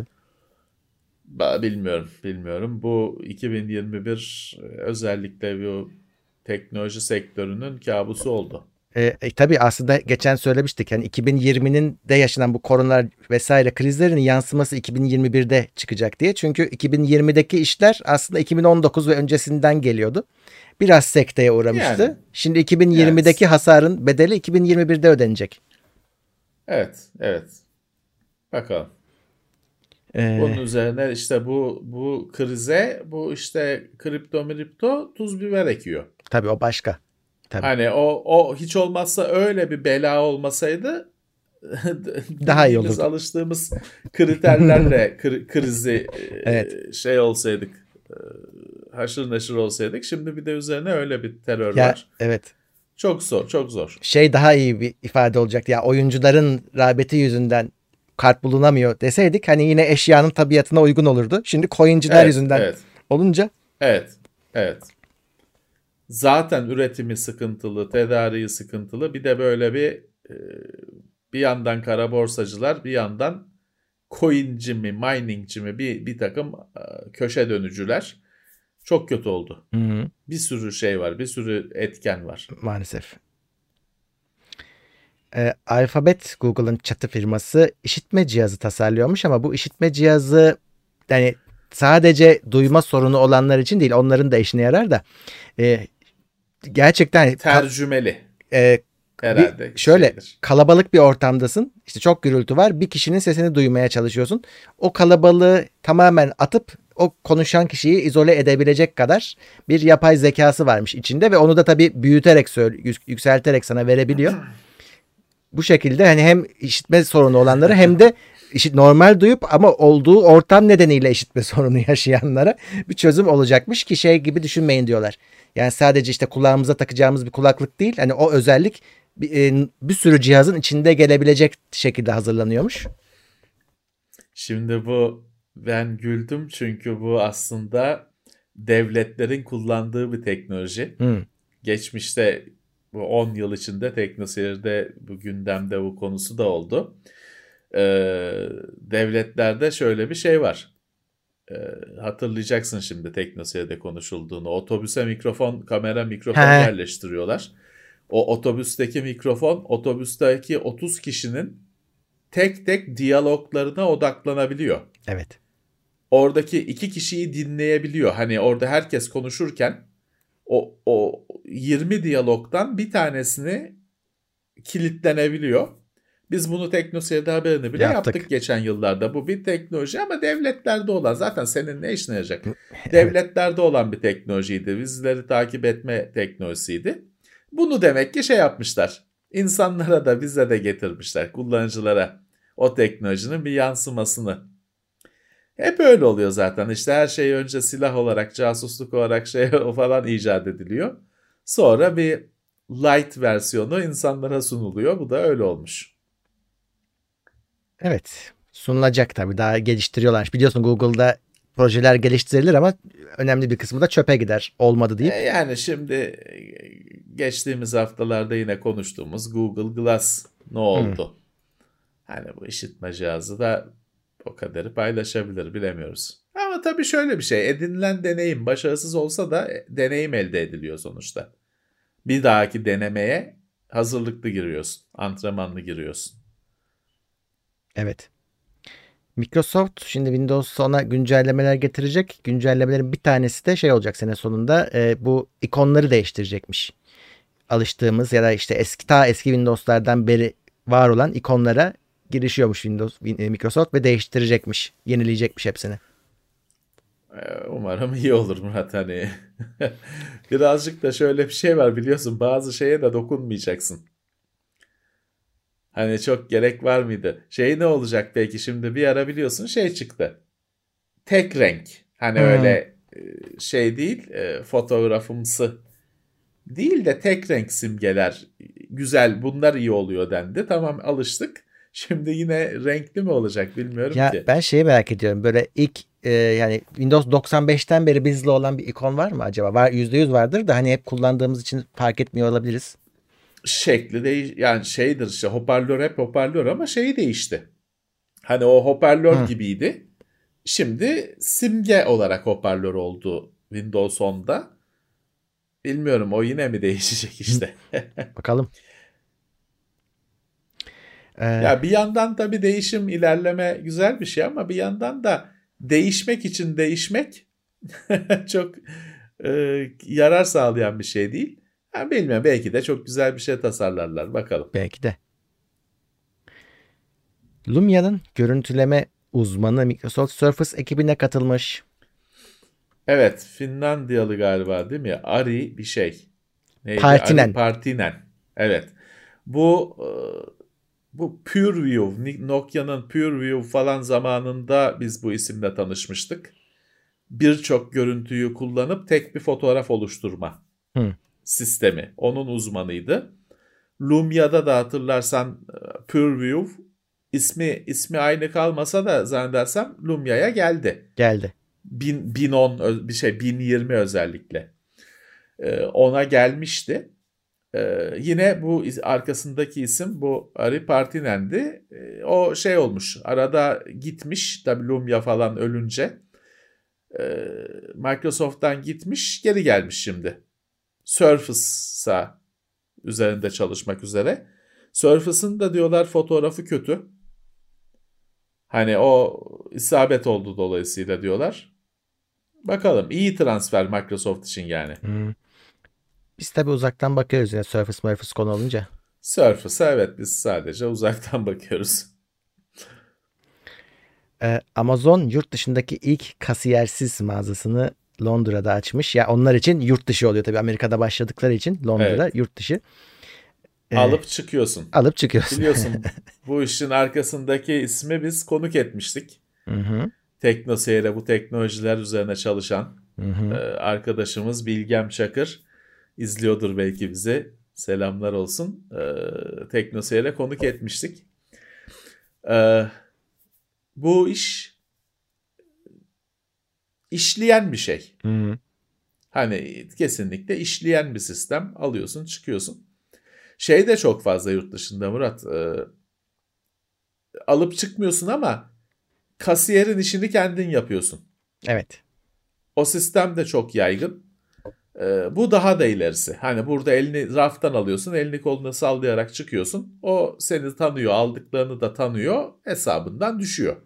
Bilmiyorum. Bu 2021 özellikle bu teknoloji sektörünün kabusu oldu. Tabii aslında geçen söylemiştik yani 2020'nin de yaşanan bu koronalar vesaire krizlerinin yansıması 2021'de çıkacak diye. Çünkü 2020'deki işler aslında 2019 ve öncesinden geliyordu. Biraz sekteye Yani, uğramıştı. Şimdi yani, 2020'deki hasarın bedeli 2021'de ödenecek. evet. Bakalım. Bunun Ee, üzerine işte bu krize bu işte kripto tuz biber ekiyor. tabii o başka. Tabii. Hani o hiç olmazsa öyle bir bela olmasaydı Daha iyi bildiğimiz, olurdu. alıştığımız kriterlerle krizi Evet. şey olsaydık, haşır neşir olsaydık. Şimdi bir de üzerine öyle bir terör Ya var. evet. Çok zor, çok zor. Şey daha iyi bir ifade olacaktı. Ya oyuncuların rağbeti yüzünden kart bulunamıyor deseydik hani yine eşyanın tabiatına uygun olurdu. Şimdi coin'ciler Evet, yüzünden evet, olunca evet, evet. Zaten üretimi sıkıntılı, tedariği sıkıntılı. Bir de böyle bir yandan kara borsacılar, bir yandan coinci mi, miningci mi bir takım köşe dönücüler. Çok kötü oldu. hı, Bir sürü şey var, bir sürü etken var. maalesef. Alphabet Google'ın çatı firması işitme cihazı tasarlıyormuş ama bu işitme cihazı yani sadece duyma sorunu olanlar için değil, onların da işine yarar da e, gerçekten Tercümeli e, bir herhalde şöyle şeydir. kalabalık bir ortamdasın. İşte çok gürültü var. Bir kişinin sesini duymaya çalışıyorsun. O kalabalığı tamamen atıp o konuşan kişiyi izole edebilecek kadar bir yapay zekası varmış içinde ve onu da tabii büyüterek yükselterek sana verebiliyor. Bu şekilde hani hem işitme sorunu olanları hem de normal duyup ama olduğu ortam nedeniyle işitme sorunu yaşayanlara bir çözüm olacakmış ki şey gibi düşünmeyin diyorlar. Yani sadece işte kulağımıza takacağımız bir kulaklık değil. Hani o özellik bir sürü cihazın içinde gelebilecek şekilde hazırlanıyormuş. Şimdi ben güldüm çünkü bu aslında devletlerin kullandığı bir teknoloji. Hmm. Geçmişte bu 10 yıl içinde TeknoSeyir'de bu gündemde bu konusu da oldu. Devletlerde şöyle bir şey var. hatırlayacaksın şimdi TeknoSeyir'de konuşulduğunu. Otobüse kamera mikrofon yerleştiriyorlar. O otobüsteki mikrofon otobüsteki 30 kişinin tek tek diyaloglarına odaklanabiliyor. Evet. Oradaki 2 kişiyi dinleyebiliyor. Hani orada herkes konuşurken o 20 diyalogdan bir tanesini kilitlenebiliyor. Biz bunu TeknoSeyir'de haberini bile yaptık geçen yıllarda. Bu bir teknoloji ama devletlerde olan, zaten senin ne işine yarayacak? Devletlerde olan bir teknolojiydi. Bizleri takip etme teknolojisiydi. Bunu demek ki yapmışlar. İnsanlara da bize de getirmişler, kullanıcılara o teknolojinin bir yansımasını. Hep öyle oluyor zaten. İşte her şey önce silah olarak, casusluk olarak falan icat ediliyor. Sonra bir light versiyonu insanlara sunuluyor. Bu da öyle olmuş. Evet. Sunulacak tabii. Daha geliştiriyorlar. Biliyorsun Google'da projeler geliştirilir ama önemli bir kısmı da çöpe gider. Olmadı deyip. Yani şimdi geçtiğimiz haftalarda yine konuştuğumuz Google Glass ne oldu? Hani bu işitme cihazı da o kadarı paylaşabilir, bilemiyoruz. Ama tabii şöyle bir şey, edinilen deneyim başarısız olsa da deneyim elde ediliyor sonuçta. Bir dahaki denemeye hazırlıklı giriyorsun, antrenmanlı giriyorsun. Evet. Microsoft şimdi Windows 10'a güncellemeler getirecek. Güncellemelerin bir tanesi de olacak sene sonunda. Bu ikonları değiştirecekmiş. Alıştığımız ya da işte eski Windows'lardan beri var olan ikonlara girişiyormuş Microsoft ve değiştirecekmiş. Yenileyecekmiş hepsini. Umarım iyi olur Murat, hani. Birazcık da şöyle bir şey var, biliyorsun, bazı şeye de dokunmayacaksın. Hani çok gerek var mıydı? Ne olacak peki? Şimdi bir ara biliyorsun çıktı. Tek renk. Hani öyle değil, fotoğrafımsı değil de tek renk simgeler. Güzel, bunlar iyi oluyor dendi. Tamam, alıştık. Şimdi yine renkli mi olacak bilmiyorum ki. Ben merak ediyorum. Böyle ilk yani Windows 95'ten beri bizle olan bir ikon var mı acaba? Var, %100 vardır da hani hep kullandığımız için fark etmiyor olabiliriz. Şekli yani şeydir işte, hoparlör hep hoparlör ama değişti. Hani o hoparlör gibiydi. Şimdi simge olarak hoparlör oldu Windows 10'da. Bilmiyorum, o yine mi değişecek işte. Bakalım. Ya bir yandan tabii değişim, ilerleme güzel bir şey ama bir yandan da değişmek için değişmek çok yarar sağlayan bir şey değil. Ya bilmiyorum, belki de çok güzel bir şey tasarlarlar, bakalım. Belki de. Lumia'nın görüntüleme uzmanı Microsoft Surface ekibine katılmış. Evet, Finlandiyalı galiba değil mi? Ari bir şey. Neydi? Partinen. Ari Partinen. Evet. Bu PureView, Nokia'nın PureView falan zamanında biz bu isimle tanışmıştık. Birçok görüntüyü kullanıp tek bir fotoğraf oluşturma sistemi. Onun uzmanıydı. Lumia'da da hatırlarsan PureView ismi aynı kalmasa da zannedersem Lumia'ya geldi. 1010 1020 özellikle. Ona gelmişti. Yine bu arkasındaki isim bu Ari Partinen'di. O olmuş. Arada gitmiş. Tabii Lumia falan ölünce. Microsoft'tan gitmiş. Geri gelmiş şimdi. Surface'a üzerinde çalışmak üzere. Surface'ın da diyorlar fotoğrafı kötü. Hani o isabet oldu dolayısıyla diyorlar. Bakalım. İyi transfer Microsoft için yani. Biz tabii uzaktan bakıyoruz ya Surface konu olunca. Surface'a evet, biz sadece uzaktan bakıyoruz. Amazon yurt dışındaki ilk kasiyersiz mağazasını Londra'da açmış. Ya onlar için yurt dışı oluyor tabii. Amerika'da başladıkları için Londra'da yurt dışı. Alıp çıkıyorsun. Biliyorsun bu işin arkasındaki ismi biz konuk etmiştik. TeknoSeyir'e bu teknolojiler üzerine çalışan arkadaşımız Bilgem Çakır izliyordur belki bizi. Selamlar olsun. TeknoSeyir'e konuk etmiştik. Bu iş işleyen bir şey. Hani kesinlikle işleyen bir sistem. Alıyorsun, çıkıyorsun. De çok fazla yurt dışında Murat. Alıp çıkmıyorsun ama kasiyerin işini kendin yapıyorsun. Evet. O sistem de çok yaygın. Bu daha da ilerisi. Hani burada elini raftan alıyorsun, elini kolunu sallayarak çıkıyorsun. O seni tanıyor, aldıklarını da tanıyor, hesabından düşüyor.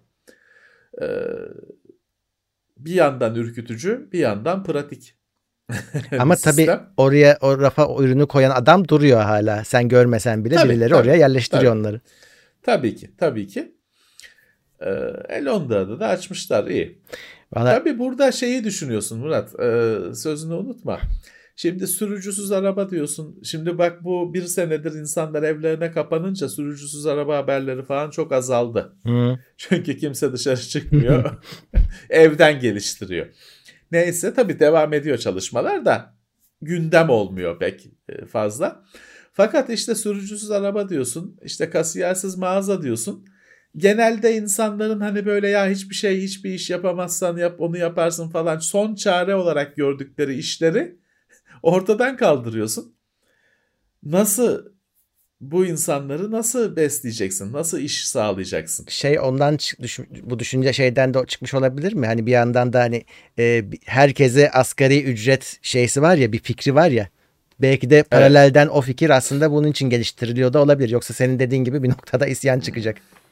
Bir yandan ürkütücü, bir yandan pratik bir Ama tabii sistem. oraya o rafa o ürünü koyan adam duruyor hala. Sen görmesen bile Tabii, birileri tabii, oraya yerleştiriyor tabii. onları. Tabii ki, tabii ki. Londra'da da açmışlar, iyi. Valla Tabii burada şeyi düşünüyorsun Murat, sözünü unutma. Şimdi sürücüsüz araba diyorsun. Şimdi bak, bu bir senedir insanlar evlerine kapanınca sürücüsüz araba haberleri falan çok azaldı. Çünkü kimse dışarı çıkmıyor. Evden geliştiriyor. Neyse, tabii devam ediyor çalışmalar da gündem olmuyor pek fazla. Fakat işte sürücüsüz araba diyorsun, işte kasiyersiz mağaza diyorsun. Genelde insanların hani böyle, ya hiçbir iş yapamazsan yap, onu yaparsın falan, son çare olarak gördükleri işleri ortadan kaldırıyorsun. Nasıl, bu insanları nasıl besleyeceksin? Nasıl iş sağlayacaksın? ondan bu düşünce şeyden de çıkmış olabilir mi? Hani bir yandan da hani herkese asgari ücret şeysi var ya, bir fikri var ya. Belki de paralelden o fikir aslında bunun için geliştiriliyor da olabilir. Yoksa senin dediğin gibi bir noktada isyan çıkacak.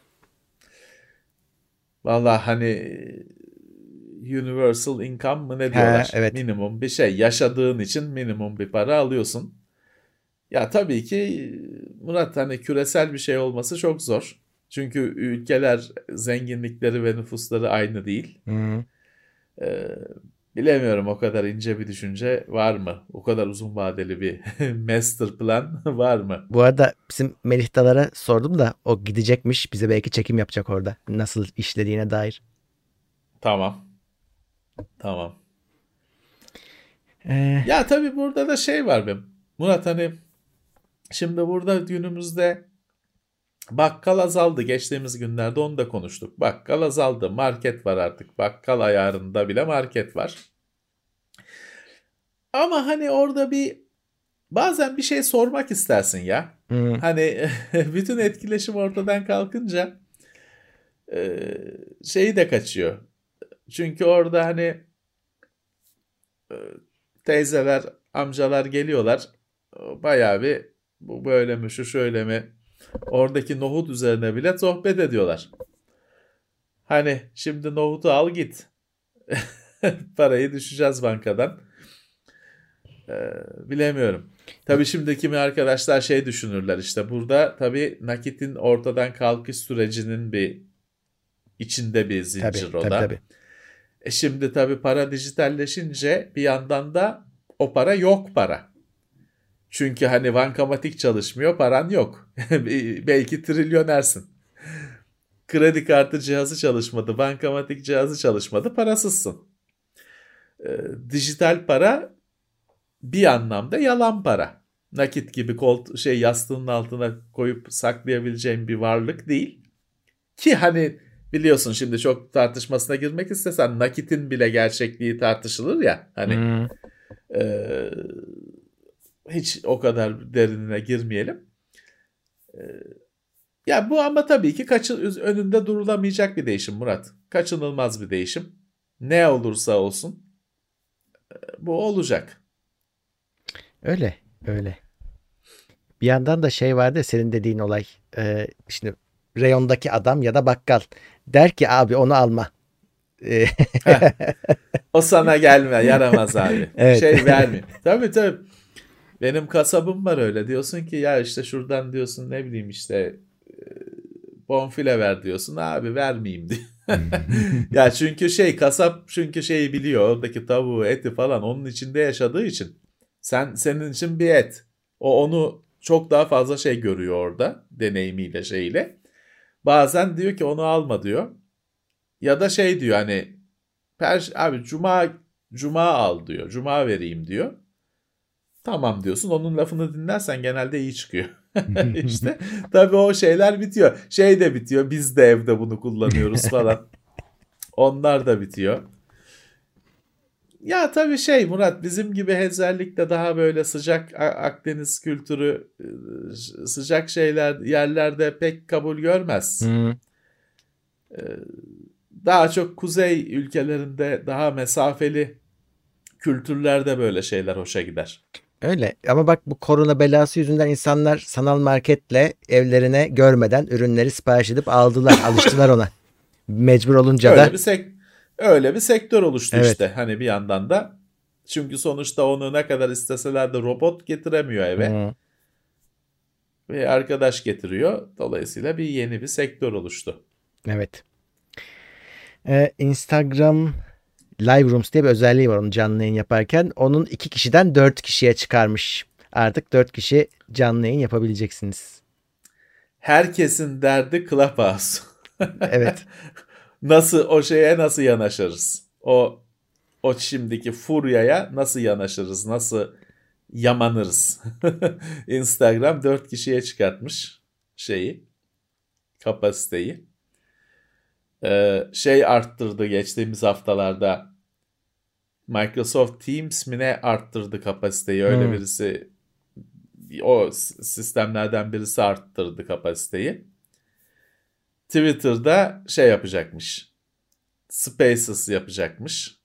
Vallahi hani universal income mı ne diyorlar? Evet. Minimum bir şey. Yaşadığın için minimum bir para alıyorsun. Ya tabii ki Murat, hani küresel bir şey olması çok zor. Çünkü ülkeler zenginlikleri ve nüfusları aynı değil. Hı. Bilemiyorum, o kadar ince bir düşünce var mı? O kadar uzun vadeli bir master plan var mı? Bu arada bizim Melih Dalar'a sordum da o gidecekmiş. Bize belki çekim yapacak orada. Nasıl işlediğine dair. Tamam. Tamam. Ee, Ya tabii burada da şey var benim. Murat, hani şimdi burada günümüzde bakkal azaldı. Geçtiğimiz günlerde onu da konuştuk. Bakkal azaldı. Market var artık. Bakkal ayarında bile market var. Ama hani orada bazen bir şey sormak istersin ya. Hani bütün etkileşim ortadan kalkınca şeyi de kaçıyor. Çünkü orada hani e, teyzeler, amcalar geliyorlar. Bayağı bir, bu böyle mi, şu şöyle mi? Oradaki nohut üzerine bile sohbet ediyorlar. Hani şimdi nohutu al git. Parayı düşeceğiz bankadan. Bilemiyorum. Tabii şimdi kimi arkadaşlar şey düşünürler, işte burada tabii nakitin ortadan kalkış sürecinin içinde bir zincir o da. tabii. Şimdi tabii para dijitalleşince bir yandan da o para yok para. Çünkü hani bankamatik çalışmıyor, paran yok. Belki trilyonersin. Kredi kartı cihazı çalışmadı, bankamatik cihazı çalışmadı, parasızsın. Dijital para bir anlamda yalan para. Nakit gibi yastığının altına koyup saklayabileceğin bir varlık değil. Ki hani biliyorsun, şimdi çok tartışmasına girmek istesen nakitin bile gerçekliği tartışılır ya. Hani hiç o kadar derinine girmeyelim. Ya bu ama tabii ki önünde durulamayacak bir değişim Murat. Kaçınılmaz bir değişim. Ne olursa olsun bu olacak. Öyle. Bir yandan da şey vardı ya, senin dediğin olay. Şimdi reyondaki adam ya da bakkal der ki abi onu alma. O sana gelme, yaramaz abi. Evet. Şey vermiyor. Tabii. Benim kasabım var öyle. Diyorsun ki ya işte şuradan diyorsun, ne bileyim işte bonfile ver diyorsun. Abi vermeyeyim diyor. Ya çünkü kasap şeyi biliyor. Oradaki tavuğu, eti falan onun içinde yaşadığı için. Senin için bir et. O onu çok daha fazla şey görüyor orada, deneyimiyle şeyle. Bazen diyor ki onu alma diyor. Ya da şey diyor, hani abi cuma al diyor. Cuma vereyim diyor. Tamam diyorsun. Onun lafını dinlersen genelde iyi çıkıyor. İşte tabii o şeyler bitiyor. Şey de bitiyor. Biz de evde bunu kullanıyoruz falan. Onlar da bitiyor. Ya tabii Murat, bizim gibi özellikle daha böyle sıcak Akdeniz kültürü, sıcak yerlerde pek kabul görmez. daha çok kuzey ülkelerinde, daha mesafeli kültürlerde böyle şeyler hoşa gider. Öyle ama bak bu korona belası yüzünden insanlar sanal marketle evlerine görmeden ürünleri sipariş edip aldılar. Alıştılar ona. Mecbur olunca Öyle da. öyle bir sektör oluştu Evet. işte hani bir yandan da. Çünkü sonuçta onu ne kadar isteseler de robot getiremiyor eve. Hı. Ve arkadaş getiriyor. Dolayısıyla yeni bir sektör oluştu. Evet. Instagram Live Rooms diye bir özelliği var onun canlı yayın yaparken. Onun 2 kişiden 4 kişiye çıkarmış. Artık 4 kişi canlı yayın yapabileceksiniz. Herkesin derdi Clubhouse. Evet. Nasıl yanaşırız? O şimdiki furyaya nasıl yanaşırız? Nasıl yamanırız? Instagram 4 kişiye çıkartmış kapasiteyi. Arttırdı geçtiğimiz haftalarda. Microsoft Teams mi ne arttırdı kapasiteyi? Öyle birisi, o sistemlerden birisi arttırdı kapasiteyi. Twitter'da yapacakmış. Spaces yapacakmış.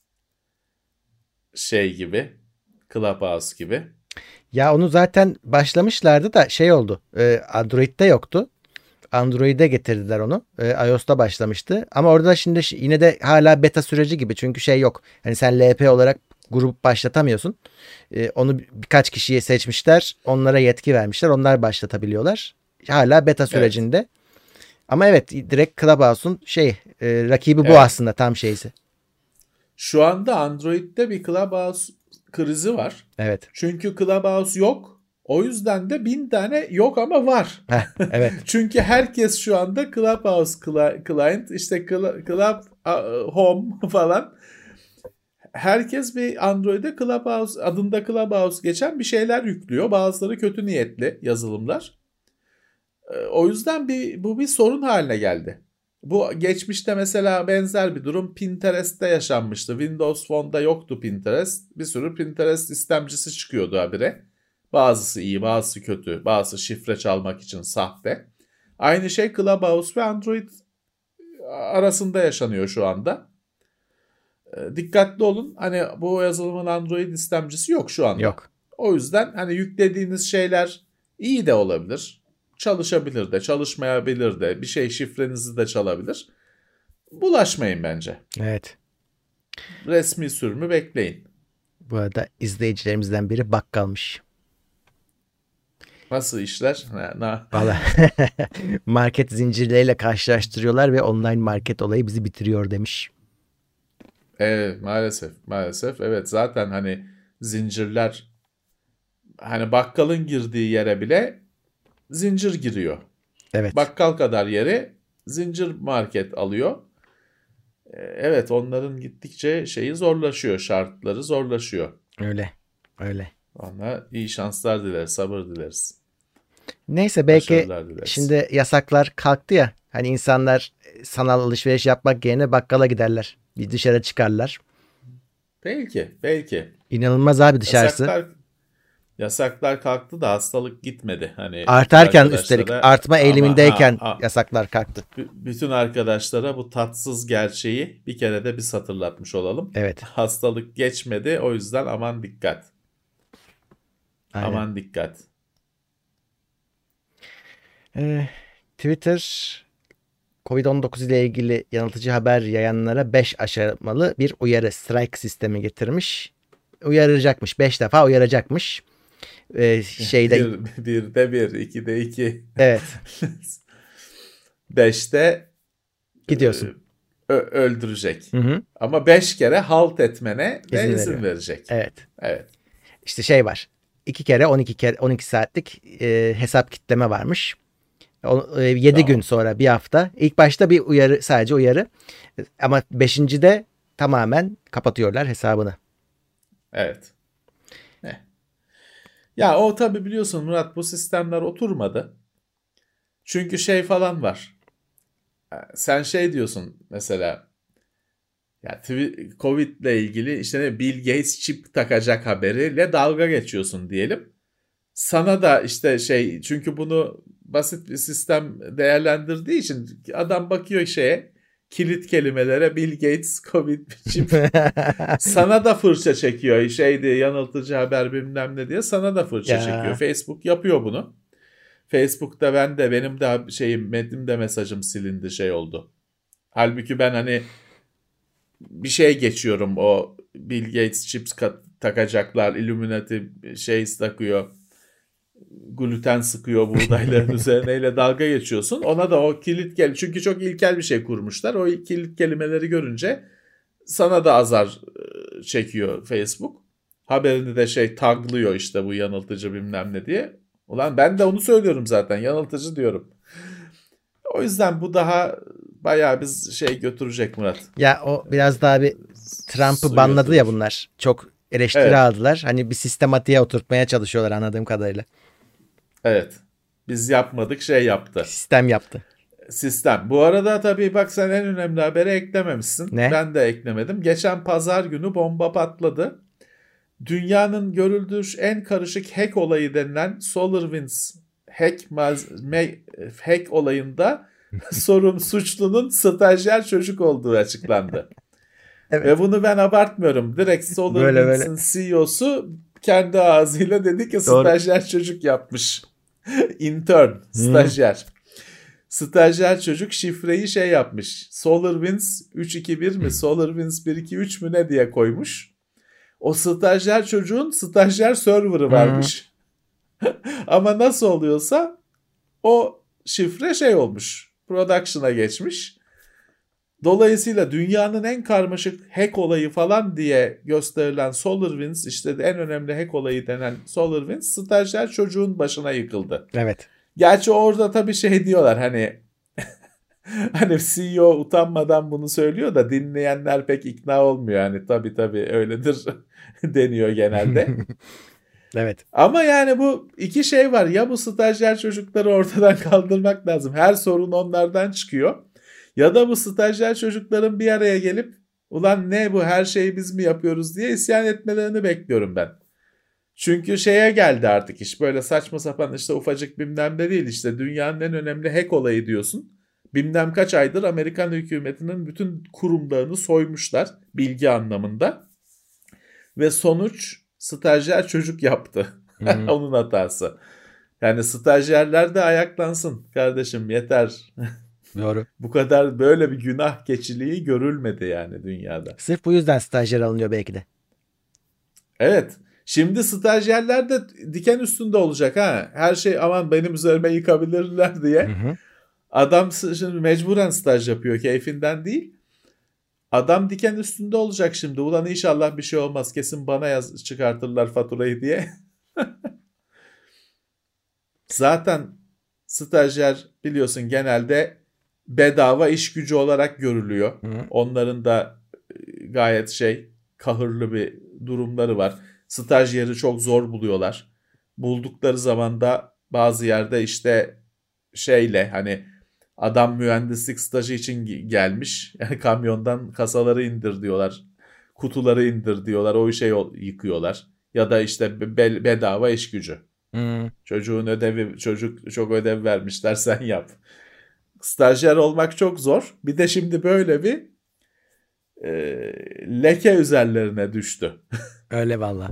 Gibi. Clubhouse gibi. Ya onu zaten başlamışlardı da oldu. Android'de yoktu. Android'e getirdiler onu. iOS'ta başlamıştı. Ama orada şimdi yine de hala beta süreci gibi. Çünkü yok. Hani sen LP olarak grup başlatamıyorsun. Onu birkaç kişiye seçmişler. Onlara yetki vermişler. Onlar başlatabiliyorlar. Hala beta sürecinde. Evet. Ama evet direkt Clubhouse'un rakibi bu aslında tam şeysi. Şu anda Android'de bir Clubhouse krizi var. Evet. Çünkü Clubhouse yok. O yüzden de 1000 tane yok ama var. Evet. Çünkü herkes şu anda Clubhouse client, işte Club Home falan. Herkes bir Android'e Clubhouse adında Clubhouse geçen bir şeyler yüklüyor. Bazıları kötü niyetli yazılımlar. O yüzden bu bir sorun haline geldi. Bu geçmişte mesela benzer bir durum Pinterest'te yaşanmıştı. Windows Phone'da yoktu Pinterest. Bir sürü Pinterest istemcisi çıkıyordu habire. Bazısı iyi, bazısı kötü, bazısı şifre çalmak için sahte. Aynı şey Clubhouse ve Android arasında yaşanıyor şu anda. Dikkatli olun. Hani bu yazılımın Android istemcisi yok şu anda. Yok. O yüzden hani yüklediğiniz şeyler iyi de olabilir. Çalışabilir de, çalışmayabilir de. Bir şifrenizi de çalabilir. Bulaşmayın bence. Evet. Resmi sürümü bekleyin. Bu arada izleyicilerimizden biri bakkalmış. Nasıl işler? Vallahi market zincirleriyle karşılaştırıyorlar ve online market olayı bizi bitiriyor demiş. Evet, maalesef. Evet, zaten hani zincirler, hani bakkalın girdiği yere bile zincir giriyor. Evet. Bakkal kadar yeri zincir market alıyor. Evet, onların gittikçe zorlaşıyor, şartları zorlaşıyor. Öyle. Ona iyi şanslar dileriz, sabır dileriz. Neyse belki şimdi yasaklar kalktı ya. Hani insanlar sanal alışveriş yapmak yerine bakkala giderler. Bir dışarı çıkarlar. Belki. İnanılmaz abi dışarısı. Yasaklar kalktı da hastalık gitmedi. Hani artarken üstelik artma eğilimindeyken yasaklar kalktı. Bütün arkadaşlara bu tatsız gerçeği bir kere de biz hatırlatmış olalım. Evet. Hastalık geçmedi, o yüzden aman dikkat. Aynen. Aman dikkat. Twitter Covid-19 ile ilgili yanıltıcı haber yayanlara 5 aşamalı bir uyarı strike sistemi getirmiş. Uyaracakmış. 5 defa uyaracakmış. Birde 1, 2'de 2. Evet. 5'te gidiyorsun. Öldürecek. Hı. Ama 5 kere halt etmene izin verecek. Evet. İşte var. 2 kere 12 saatlik hesap kitleme varmış. 7 gün sonra bir hafta. İlk başta bir uyarı, sadece uyarı. Ama 5.'de tamamen kapatıyorlar hesabını. Evet. Ya o tabii biliyorsun Murat, bu sistemler oturmadı. Çünkü falan var. Sen diyorsun mesela, ya Covid ile ilgili işte Bill Gates çip takacak haberiyle dalga geçiyorsun diyelim. Sana da işte çünkü bunu basit bir sistem değerlendirdiği için adam bakıyor kilit kelimelere Bill Gates, Covid, çip. Sana da fırça çekiyor. Şeydi, yanıltıcı haber bilmem ne diye sana da fırça çekiyor. Facebook yapıyor bunu. Facebook'ta benim de benim de mesajım silindi, şey oldu. Halbuki ben hani bir şey geçiyorum, o Bill Gates chips takacaklar, Illuminati şey takıyor, gluten sıkıyor buğdayların üzerineyle dalga geçiyorsun. Ona da o kilit kelime, çünkü çok ilkel bir şey kurmuşlar. O kilit kelimeleri görünce sana da azar çekiyor Facebook. Haberini de taglıyor işte, bu yanıltıcı bilmem ne diye. Ulan ben de onu söylüyorum zaten, yanıltıcı diyorum. O yüzden bu daha bayağı biz götürecek Murat. Ya o biraz daha bir Trump'ı banladı ya bunlar. Çok eleştiri aldılar. Hani bir sistematiğe oturtmaya çalışıyorlar anladığım kadarıyla. Evet. Biz yapmadık, yaptı. Sistem yaptı. Sistem. Bu arada tabii bak, sen en önemli haberi eklememişsin. Ne? Ben de eklemedim. Geçen pazar günü bomba patladı. Dünyanın görüldüğü en karışık hack olayı denilen SolarWinds hack olayında suçlunun stajyer çocuk olduğu açıklandı. Evet. Ve bunu ben abartmıyorum. Direkt SolarWinds'in CEO'su kendi ağzıyla dedi ki stajyer çocuk yapmış. Intern, stajyer. Stajyer çocuk şifreyi yapmış. SolarWinds 321 mi? SolarWinds 123 mü ne diye koymuş. O stajyer çocuğun stajyer server'ı varmış. Ama nasıl oluyorsa o şifre olmuş. Production'a geçmiş. Dolayısıyla dünyanın en karmaşık hack olayı falan diye gösterilen SolarWinds, işte en önemli hack olayı denen SolarWinds, stajyer çocuğun başına yıkıldı. Evet. Gerçi orada tabii diyorlar hani hani CEO utanmadan bunu söylüyor da dinleyenler pek ikna olmuyor. Hani tabii öyledir deniyor genelde. Evet. Ama yani bu iki şey var. Ya bu stajyer çocukları ortadan kaldırmak lazım. Her sorun onlardan çıkıyor. Ya da bu stajyer çocukların bir araya gelip ulan ne bu, her şeyi biz mi yapıyoruz diye isyan etmelerini bekliyorum ben. Çünkü geldi artık iş, böyle saçma sapan ufacık bilmem ne değil, dünyanın en önemli hack olayı diyorsun. Bilmem kaç aydır Amerikan hükümetinin bütün kurumlarını soymuşlar bilgi anlamında. Ve sonuç stajyer çocuk yaptı. Onun hatası. Yani stajyerler de ayaklansın kardeşim, yeter. Doğru. Bu kadar böyle bir günah keçiliği görülmedi yani dünyada. Sırf bu yüzden stajyer alınıyor belki de. Evet. Şimdi stajyerler de diken üstünde olacak ha. Her şey aman benim üzerime yıkabilirler diye. Hı. Adam şimdi mecburen staj yapıyor, keyfinden değil. Adam diken üstünde olacak şimdi. Ulan inşallah bir şey olmaz. Kesin bana çıkartırlar faturayı diye. Zaten stajyer biliyorsun genelde bedava iş gücü olarak görülüyor. Hı. Onların da gayet kahırlı bir durumları var. Stajyeri çok zor buluyorlar. Buldukları zaman da bazı yerde hani adam mühendislik stajı için gelmiş. Yani kamyondan kasaları indir diyorlar. Kutuları indir diyorlar. O yıkıyorlar. Ya da bedava iş gücü. Çocuğun çocuk çok ödev vermişler, sen yap. Stajyer olmak çok zor. Bir de şimdi böyle bir leke üzerlerine düştü. Öyle vallahi.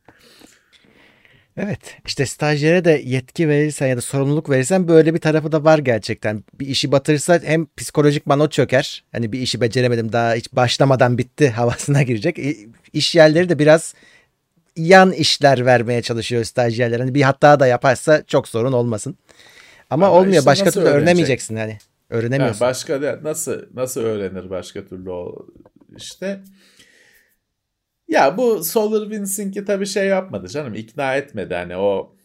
Evet, stajyere de yetki verirsen ya da sorumluluk verirsen böyle bir tarafı da var gerçekten. Bir işi batırırsa hem psikolojikman o çöker. Hani bir işi beceremedim, daha hiç başlamadan bitti havasına girecek. İş yerleri de biraz yan işler vermeye çalışıyor stajyerler. Hani bir hata da yaparsa çok sorun olmasın. Ama olmuyor. Başka türlü öğrenemeyeceksin hani. Öğrenemiyorsun. Başka da nasıl öğrenir başka türlü o Ya bu SolarWinds'inki tabii yapmadı canım, ikna etmedi hani o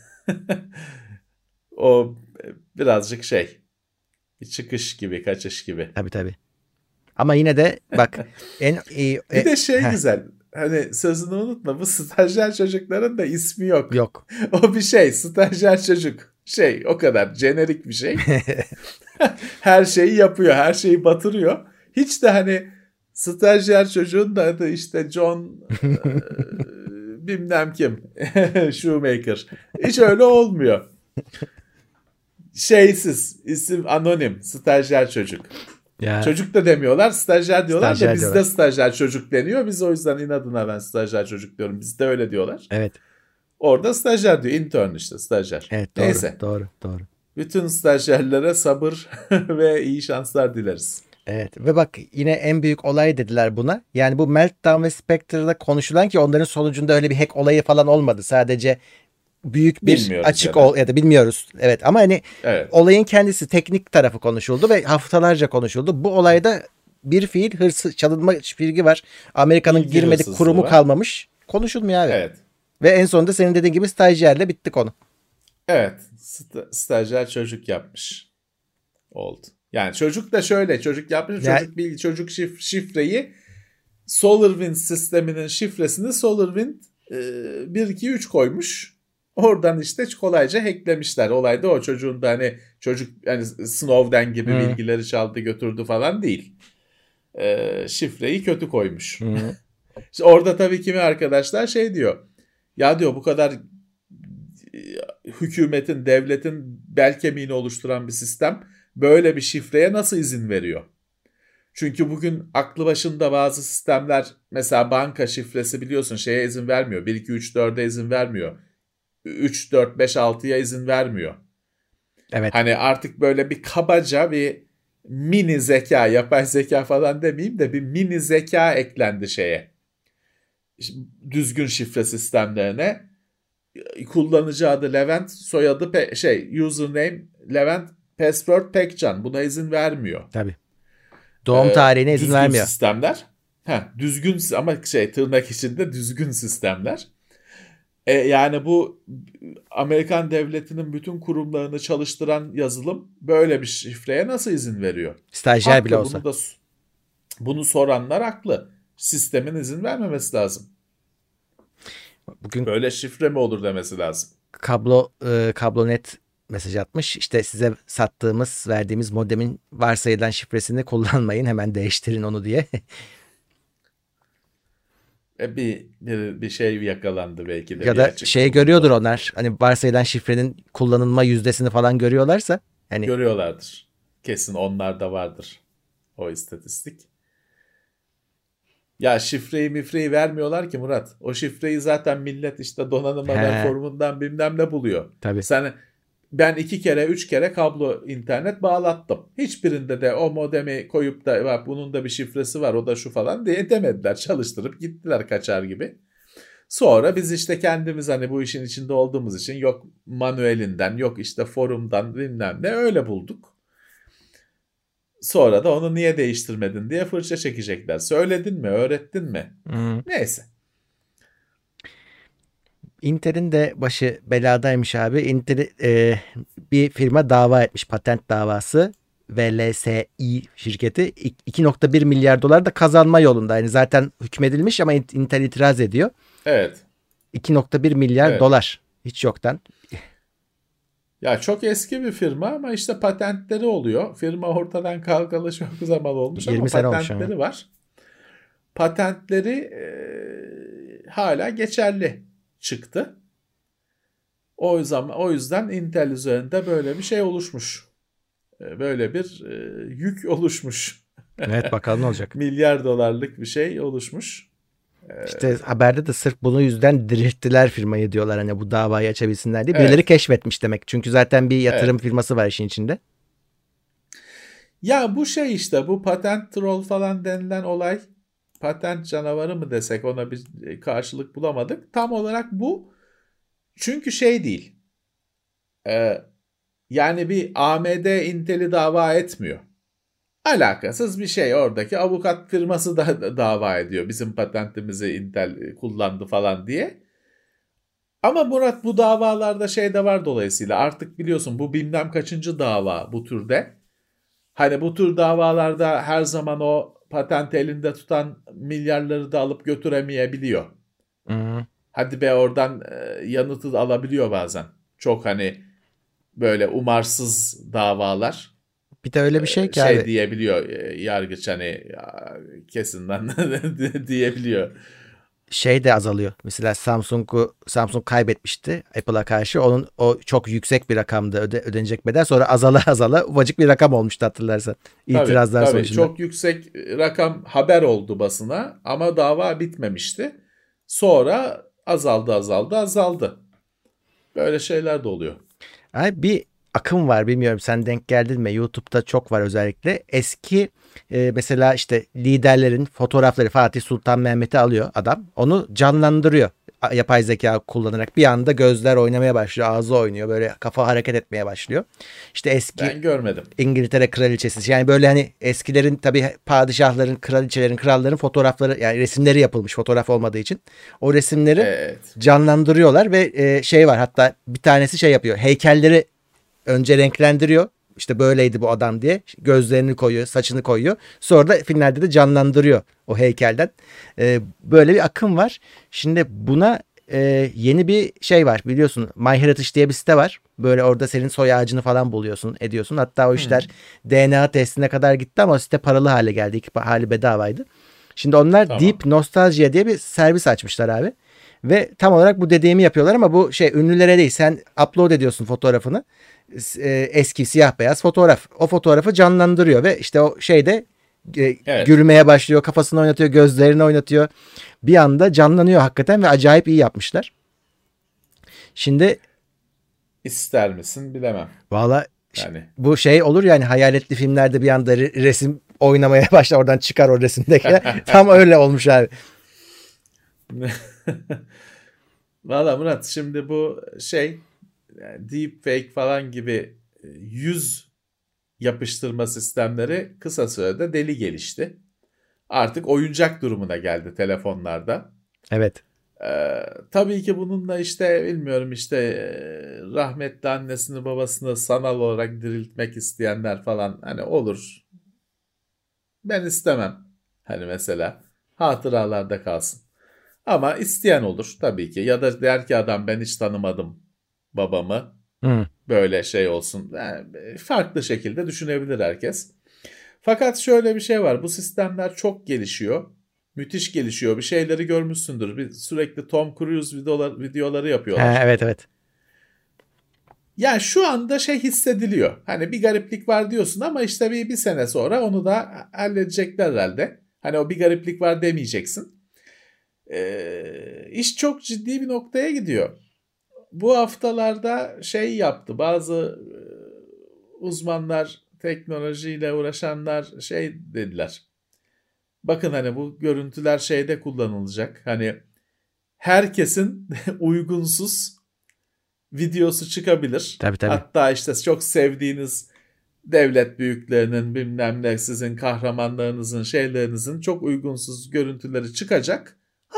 o birazcık çıkış gibi, kaçış gibi. Tabii. Ama yine de bak en iyi... Bir de güzel, hani sözünü unutma, bu stajyer çocukların da ismi yok. Yok. O bir stajyer çocuk. O kadar jenerik bir şey. Her şeyi yapıyor, her şeyi batırıyor. Hiç de hani stajyer çocuğun da adı John bilmem kim Shoemaker. Hiç öyle olmuyor. İsim anonim, stajyer çocuk. Ya. Çocuk da demiyorlar, stajyer diyorlar Stajyer da bizde diyorlar. stajyer çocuk deniyor. Biz o yüzden inadına ben stajyer çocuk diyorum. Bizde öyle diyorlar. Evet. Orada stajyer diyor. Intern işte stajyer. Evet doğru. Neyse. Doğru. Bütün stajyerlere sabır ve iyi şanslar dileriz. Evet ve bak yine en büyük olay dediler buna. Yani bu Meltdown ve Spectre'da konuşulan ki onların sonucunda öyle bir hack olayı falan olmadı. Sadece büyük bir Bilmiyoruz açık ya da. ya da bilmiyoruz. Evet ama hani Evet. olayın kendisi teknik tarafı konuşuldu ve haftalarca konuşuldu. Bu olayda bir fiil hırsız çalınma firgi var. Amerika'nın Bilgi girmedik hırsızlığı kurumu var. kalmamış. Konuşulmuyor abi. Evet. Ve en sonunda senin dediğin gibi stajyerle bitti konu. Evet. Stajyer çocuk yapmış. Oldu. Yani çocuk da şöyle çocuk yapmış. Ya- Çocuk şifreyi SolarWinds sisteminin şifresini SolarWind 1 2 3 koymuş. Oradan işte kolayca hacklemişler. Olay da o çocuğun da hani çocuk yani Snowden gibi bilgileri çaldı götürdü falan değil. Şifreyi kötü koymuş. İşte orada tabii kimi arkadaşlar şey diyor. Ya diyor bu kadar hükümetin, devletin bel kemiğini oluşturan bir sistem böyle bir şifreye nasıl izin veriyor? Çünkü bugün aklı başında bazı sistemler mesela banka şifresi biliyorsun şeye izin vermiyor. 1, 2, 3, 4'e izin vermiyor. 3, 4, 5, 6'ya izin vermiyor. Evet. Hani artık böyle bir kabaca bir mini zeka, yapay zeka falan demeyeyim de bir mini zeka eklendi şeye. Düzgün şifre sistemlerine. Kullanıcı adı Levent, soyadı username Levent, password Pekcan. Buna izin vermiyor. Tabii. Doğum tarihine izin Düzgün vermiyor. sistemler. Düzgün ama tırnak içinde düzgün sistemler. Yani bu Amerikan devletinin bütün kurumlarını çalıştıran yazılım böyle bir şifreye nasıl izin veriyor? Stajyer Haklı, bile olsa. Bunu soranlar haklı. Sistemin izin vermemesi lazım. Bugün Böyle şifre mi olur demesi lazım. Kablonet mesaj atmış. İşte size verdiğimiz modemin varsayılan şifresini kullanmayın. Hemen değiştirin onu diye. Bir şey yakalandı belki de. Ya da şey görüyordur onlar. Hani varsayılan şifrenin kullanılma yüzdesini falan görüyorlarsa. Hani Görüyorlardır. Kesin onlarda vardır o istatistik. Ya şifreyi vermiyorlar ki Murat. O şifreyi zaten millet işte donanım haber forumundan bilmem ne buluyor. Tabii. Ben 2 kere 3 kere kablo internet bağlattım. Hiçbirinde de o modemi koyup da bak bunun da bir şifresi var o da şu falan diye demediler. Çalıştırıp gittiler kaçar gibi. Sonra biz işte kendimiz hani bu işin içinde olduğumuz için yok manuelinden yok işte forumdan bilmem ne öyle bulduk. Sonra da onu niye değiştirmedin diye fırça çekecekler. Söyledin mi, öğrettin mi? Neyse. Intel'in de başı beladaymış abi. Intel bir firma dava etmiş, patent davası. VLSI şirketi 2.1 milyar dolar da kazanma yolunda. Yani zaten hükmedilmiş ama Intel itiraz ediyor. Evet. 2.1 milyar dolar hiç yoktan. Ya çok eski bir firma ama işte patentleri oluyor. Firma ortadan kalkalı çok zaman olmuş 20 ama sene patentleri var. Patentleri hala geçerli çıktı. O yüzden Intel üzerinde böyle bir şey oluşmuş. Böyle bir yük oluşmuş. Evet bakalım ne olacak. Milyar dolarlık bir şey oluşmuş. İşte haberde de sırf bunun yüzden dirilttiler firmayı diyorlar hani bu davayı açabilsinler diye. Birileri keşfetmiş demek. Çünkü zaten bir yatırım firması var işin içinde. Ya bu şey işte bu patent troll falan denilen olay patent canavarı mı desek ona bir karşılık bulamadık. Tam olarak bu. Çünkü şey değil. Yani bir AMD Intel'i dava etmiyor. Alakasız bir şey oradaki avukat firması da dava ediyor. Bizim patentimizi Intel kullandı falan diye. Ama Murat bu davalarda şey de var dolayısıyla artık biliyorsun bu bilmem kaçıncı dava bu türde. Hani bu tür davalarda her zaman o patenti elinde tutan milyarları da alıp götüremeyebiliyor. Hadi be oradan yanıtı da alabiliyor bazen. Çok hani böyle umarsız davalar. Bir de öyle bir şey ki abi. Diyebiliyor yargıç hani kesinden diyebiliyor. şey de azalıyor. Mesela Samsung kaybetmişti Apple'a karşı. O çok yüksek bir rakamdı ödenecek bedel. Sonra azala ufacık bir rakam olmuştu hatırlarsan. İtirazlar tabii, sonucunda. çok yüksek rakam haber oldu basına ama dava bitmemişti. Sonra azaldı. Böyle şeyler de oluyor. Bir akım var, bilmiyorum sen denk geldin mi? YouTube'da çok var özellikle. Eski mesela işte liderlerin fotoğrafları, Fatih Sultan Mehmet'i alıyor adam. Onu canlandırıyor. Yapay zeka kullanarak bir anda gözler oynamaya başlıyor. Ağzı oynuyor. Böyle kafa hareket etmeye başlıyor. İşte eski Ben görmedim. İngiltere kraliçesi. Yani böyle hani eskilerin tabii padişahların, kraliçelerin, kralların fotoğrafları, yani resimleri yapılmış, fotoğraf olmadığı için. O resimleri Evet. canlandırıyorlar ve şey var, hatta bir tanesi şey yapıyor. Heykelleri önce renklendiriyor. İşte böyleydi bu adam diye. Gözlerini koyuyor, saçını koyuyor. Sonra da filmlerde de canlandırıyor o heykelden. Böyle bir akım var. Şimdi buna yeni bir şey var, biliyorsun. MyHeritage diye bir site var. Böyle orada senin soy ağacını falan buluyorsun, ediyorsun. Hatta o işler DNA testine kadar gitti ama o site paralı hale geldi. İlk hali bedavaydı. Şimdi onlar Deep Nostalgia diye bir servis açmışlar abi. Ve tam olarak bu dediğimi yapıyorlar ama bu şey ünlülere değil. Sen upload ediyorsun fotoğrafını. Eski siyah beyaz fotoğraf. O fotoğrafı canlandırıyor ve işte o şeyde gülmeye başlıyor. Kafasını oynatıyor, gözlerini oynatıyor. Bir anda canlanıyor hakikaten ve acayip iyi yapmışlar. Şimdi İster misin bilemem. valla Yani. bu şey olur yani, hayaletli filmlerde bir anda resim oynamaya başlar, oradan çıkar o resimdekiler. Tam öyle olmuş abi. Valla Murat, şimdi bu şey deepfake falan gibi yüz yapıştırma sistemleri kısa sürede deli gelişti. Artık oyuncak durumuna geldi telefonlarda. Evet. Tabii ki bununla işte bilmiyorum işte rahmetli annesini babasını sanal olarak diriltmek isteyenler falan hani olur. Ben istemem. Hani mesela hatıralarda kalsın. Ama isteyen olur tabii ki. Ya da der ki adam ben hiç tanımadım babamı. Böyle şey olsun. Yani farklı şekilde düşünebilir herkes. Fakat şöyle bir şey var. Bu sistemler çok gelişiyor. Müthiş gelişiyor. Bir şeyleri görmüşsündür. Sürekli Tom Cruise videoları yapıyorlar. Evet. Yani şu anda şey hissediliyor. Hani bir gariplik var diyorsun ama işte bir sene sonra onu da halledecekler herhalde. Hani o bir gariplik var demeyeceksin. İş çok ciddi bir noktaya gidiyor. Bu haftalarda şey yaptı. Bazı uzmanlar, teknolojiyle uğraşanlar şey dediler. Bakın hani bu görüntüler şeyde kullanılacak. Hani herkesin uygunsuz videosu çıkabilir. Tabii. Hatta işte çok sevdiğiniz devlet büyüklerinin bilmem ne sizin kahramanlarınızın şeylerinizin çok uygunsuz görüntüleri çıkacak.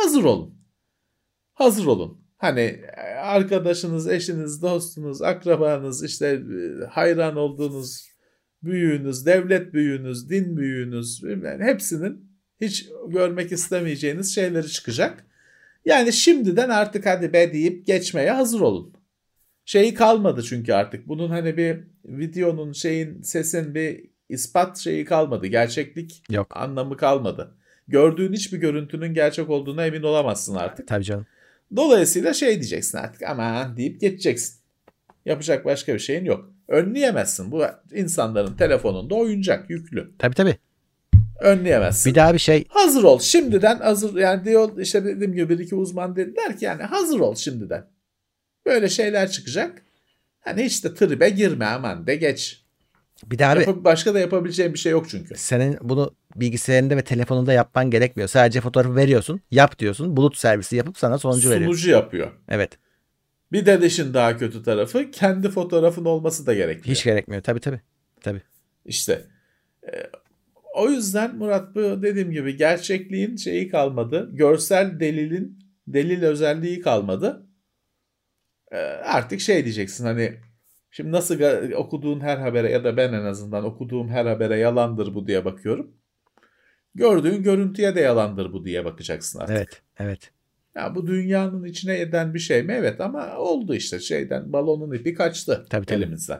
Hazır olun. Hani arkadaşınız, eşiniz, dostunuz, akrabanız, işte hayran olduğunuz büyüğünüz, devlet büyüğünüz, din büyüğünüz, yani hepsinin hiç görmek istemeyeceğiniz şeyleri çıkacak. Yani şimdiden artık hadi be deyip geçmeye hazır olun. Şeyi kalmadı çünkü artık. Bunun hani bir videonun sesin bir ispat şeyi kalmadı. Gerçeklik Yok. anlamı kalmadı. Gördüğün hiçbir görüntünün gerçek olduğuna emin olamazsın artık. Tabii canım. Dolayısıyla şey diyeceksin artık, aman deyip geçeceksin. Yapacak başka bir şeyin yok. Önleyemezsin. Bu insanların telefonunda oyuncak yüklü. Tabii. Önleyemezsin. Bir daha bir şey. Hazır ol. Şimdiden hazır. Yani diyor işte dediğim gibi bir iki uzman dediler ki yani hazır ol şimdiden. Böyle şeyler çıkacak. Hani hiç de tribe girme, aman de geç. Bir daha başka da yapabileceğin bir şey yok çünkü. Senin bunu bilgisayarında ve telefonunda yapman gerekmiyor. Sadece fotoğrafı veriyorsun, yap diyorsun. Bulut servisi yapıp sana sonucu veriyor. Sunucu yapıyor. Evet. Bir de işin daha kötü tarafı kendi fotoğrafın olması da gerekmiyor. Hiç gerekmiyor. Tabii. İşte o yüzden Murat, bu dediğim gibi gerçekliğin şeyi kalmadı. Görsel delil özelliği kalmadı. Artık şey diyeceksin hani şimdi nasıl okuduğun her habere ya da ben en azından okuduğum her habere yalandır bu diye bakıyorum. Gördüğün görüntüye de yalandır bu diye bakacaksın artık. Evet. Ya bu dünyanın içine eden bir şey mi? Evet ama oldu işte balonun ipi kaçtı elimizden.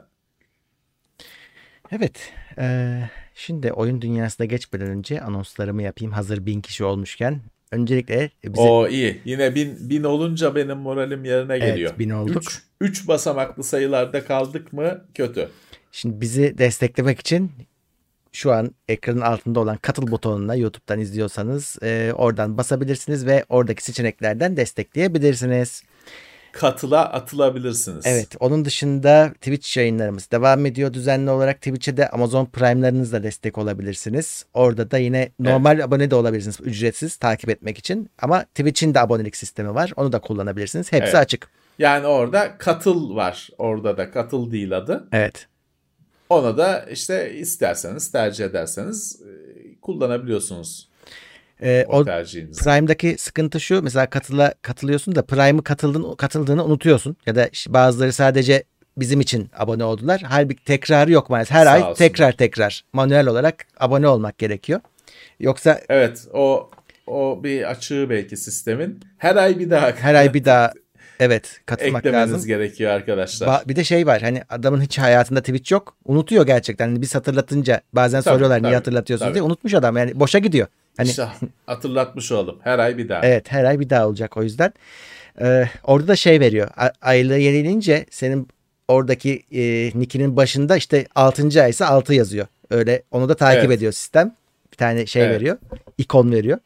Evet. Şimdi oyun dünyasına geçmeden önce anonslarımı yapayım. Hazır 1000 kişi olmuşken. Öncelikle bize O iyi. Yine 1000 olunca benim moralim yerine geliyor. 1000 olduk. 3 basamaklı sayılarda kaldık mı kötü. Şimdi bizi desteklemek için şu an ekranın altında olan katıl butonuna YouTube'dan izliyorsanız oradan basabilirsiniz ve oradaki seçeneklerden destekleyebilirsiniz. Katıla atılabilirsiniz. Evet, onun dışında Twitch yayınlarımız devam ediyor düzenli olarak. Twitch'e de Amazon Prime'larınızla destek olabilirsiniz. Orada da yine normal abone de olabilirsiniz ücretsiz takip etmek için. Ama Twitch'in de abonelik sistemi var. Onu da kullanabilirsiniz. Hepsi açık. Yani orada katıl var. Orada da katıl değil adı. Evet. Ona da işte isterseniz tercih ederseniz kullanabiliyorsunuz. O tercihinizi. Prime'daki sıkıntı şu, mesela katılıyorsun da Prime'ı katıldığını unutuyorsun ya da bazıları sadece bizim için abone oldular. Halbuki tekrarı yok maalesef. Her ay tekrar manuel olarak abone olmak gerekiyor. Yoksa evet, o bir açığı belki sistemin. Her ay bir daha evet, katılmak eklemeniz lazım. gerekiyor arkadaşlar. Bir de şey var, hani adamın hiç hayatında Twitch yok. Unutuyor gerçekten. Hani biz hatırlatınca bazen soruyorlar niye hatırlatıyorsunuz diye. Unutmuş adam, yani boşa gidiyor. Hani İşte hatırlatmış olalım. Her ay bir daha. Evet, her ay bir daha olacak o yüzden. Orada da şey veriyor. Aylığı yenilince senin oradaki nickinin başında işte 6. ay ise 6 yazıyor. Öyle onu da takip ediyor sistem. Bir tane şey veriyor. İkon veriyor.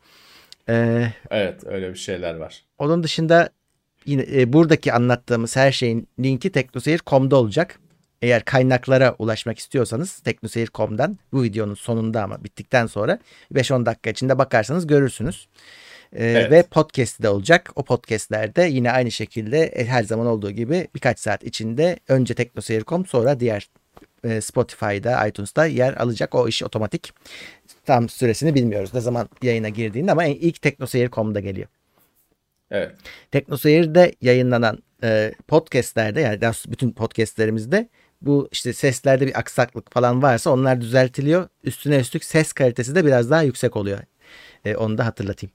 Evet, öyle bir şeyler var. Onun dışında yine buradaki anlattığımız her şeyin linki teknoseyir.com'da olacak. Eğer kaynaklara ulaşmak istiyorsanız teknoseyir.com'dan bu videonun sonunda ama bittikten sonra 5-10 dakika içinde bakarsanız görürsünüz. Ve podcast de olacak. O podcastlerde yine aynı şekilde her zaman olduğu gibi birkaç saat içinde önce teknoseyir.com sonra diğer Spotify'da, iTunes'da yer alacak. O iş otomatik. Tam süresini bilmiyoruz ne zaman yayına girdiğinde ama ilk teknoseyir.com'da geliyor. Evet. Teknoseyir'de yayınlanan podcastlerde, yani bütün podcastlerimizde bu işte seslerde bir aksaklık falan varsa onlar düzeltiliyor. Üstüne üstlük ses kalitesi de biraz daha yüksek oluyor. Onu da hatırlatayım.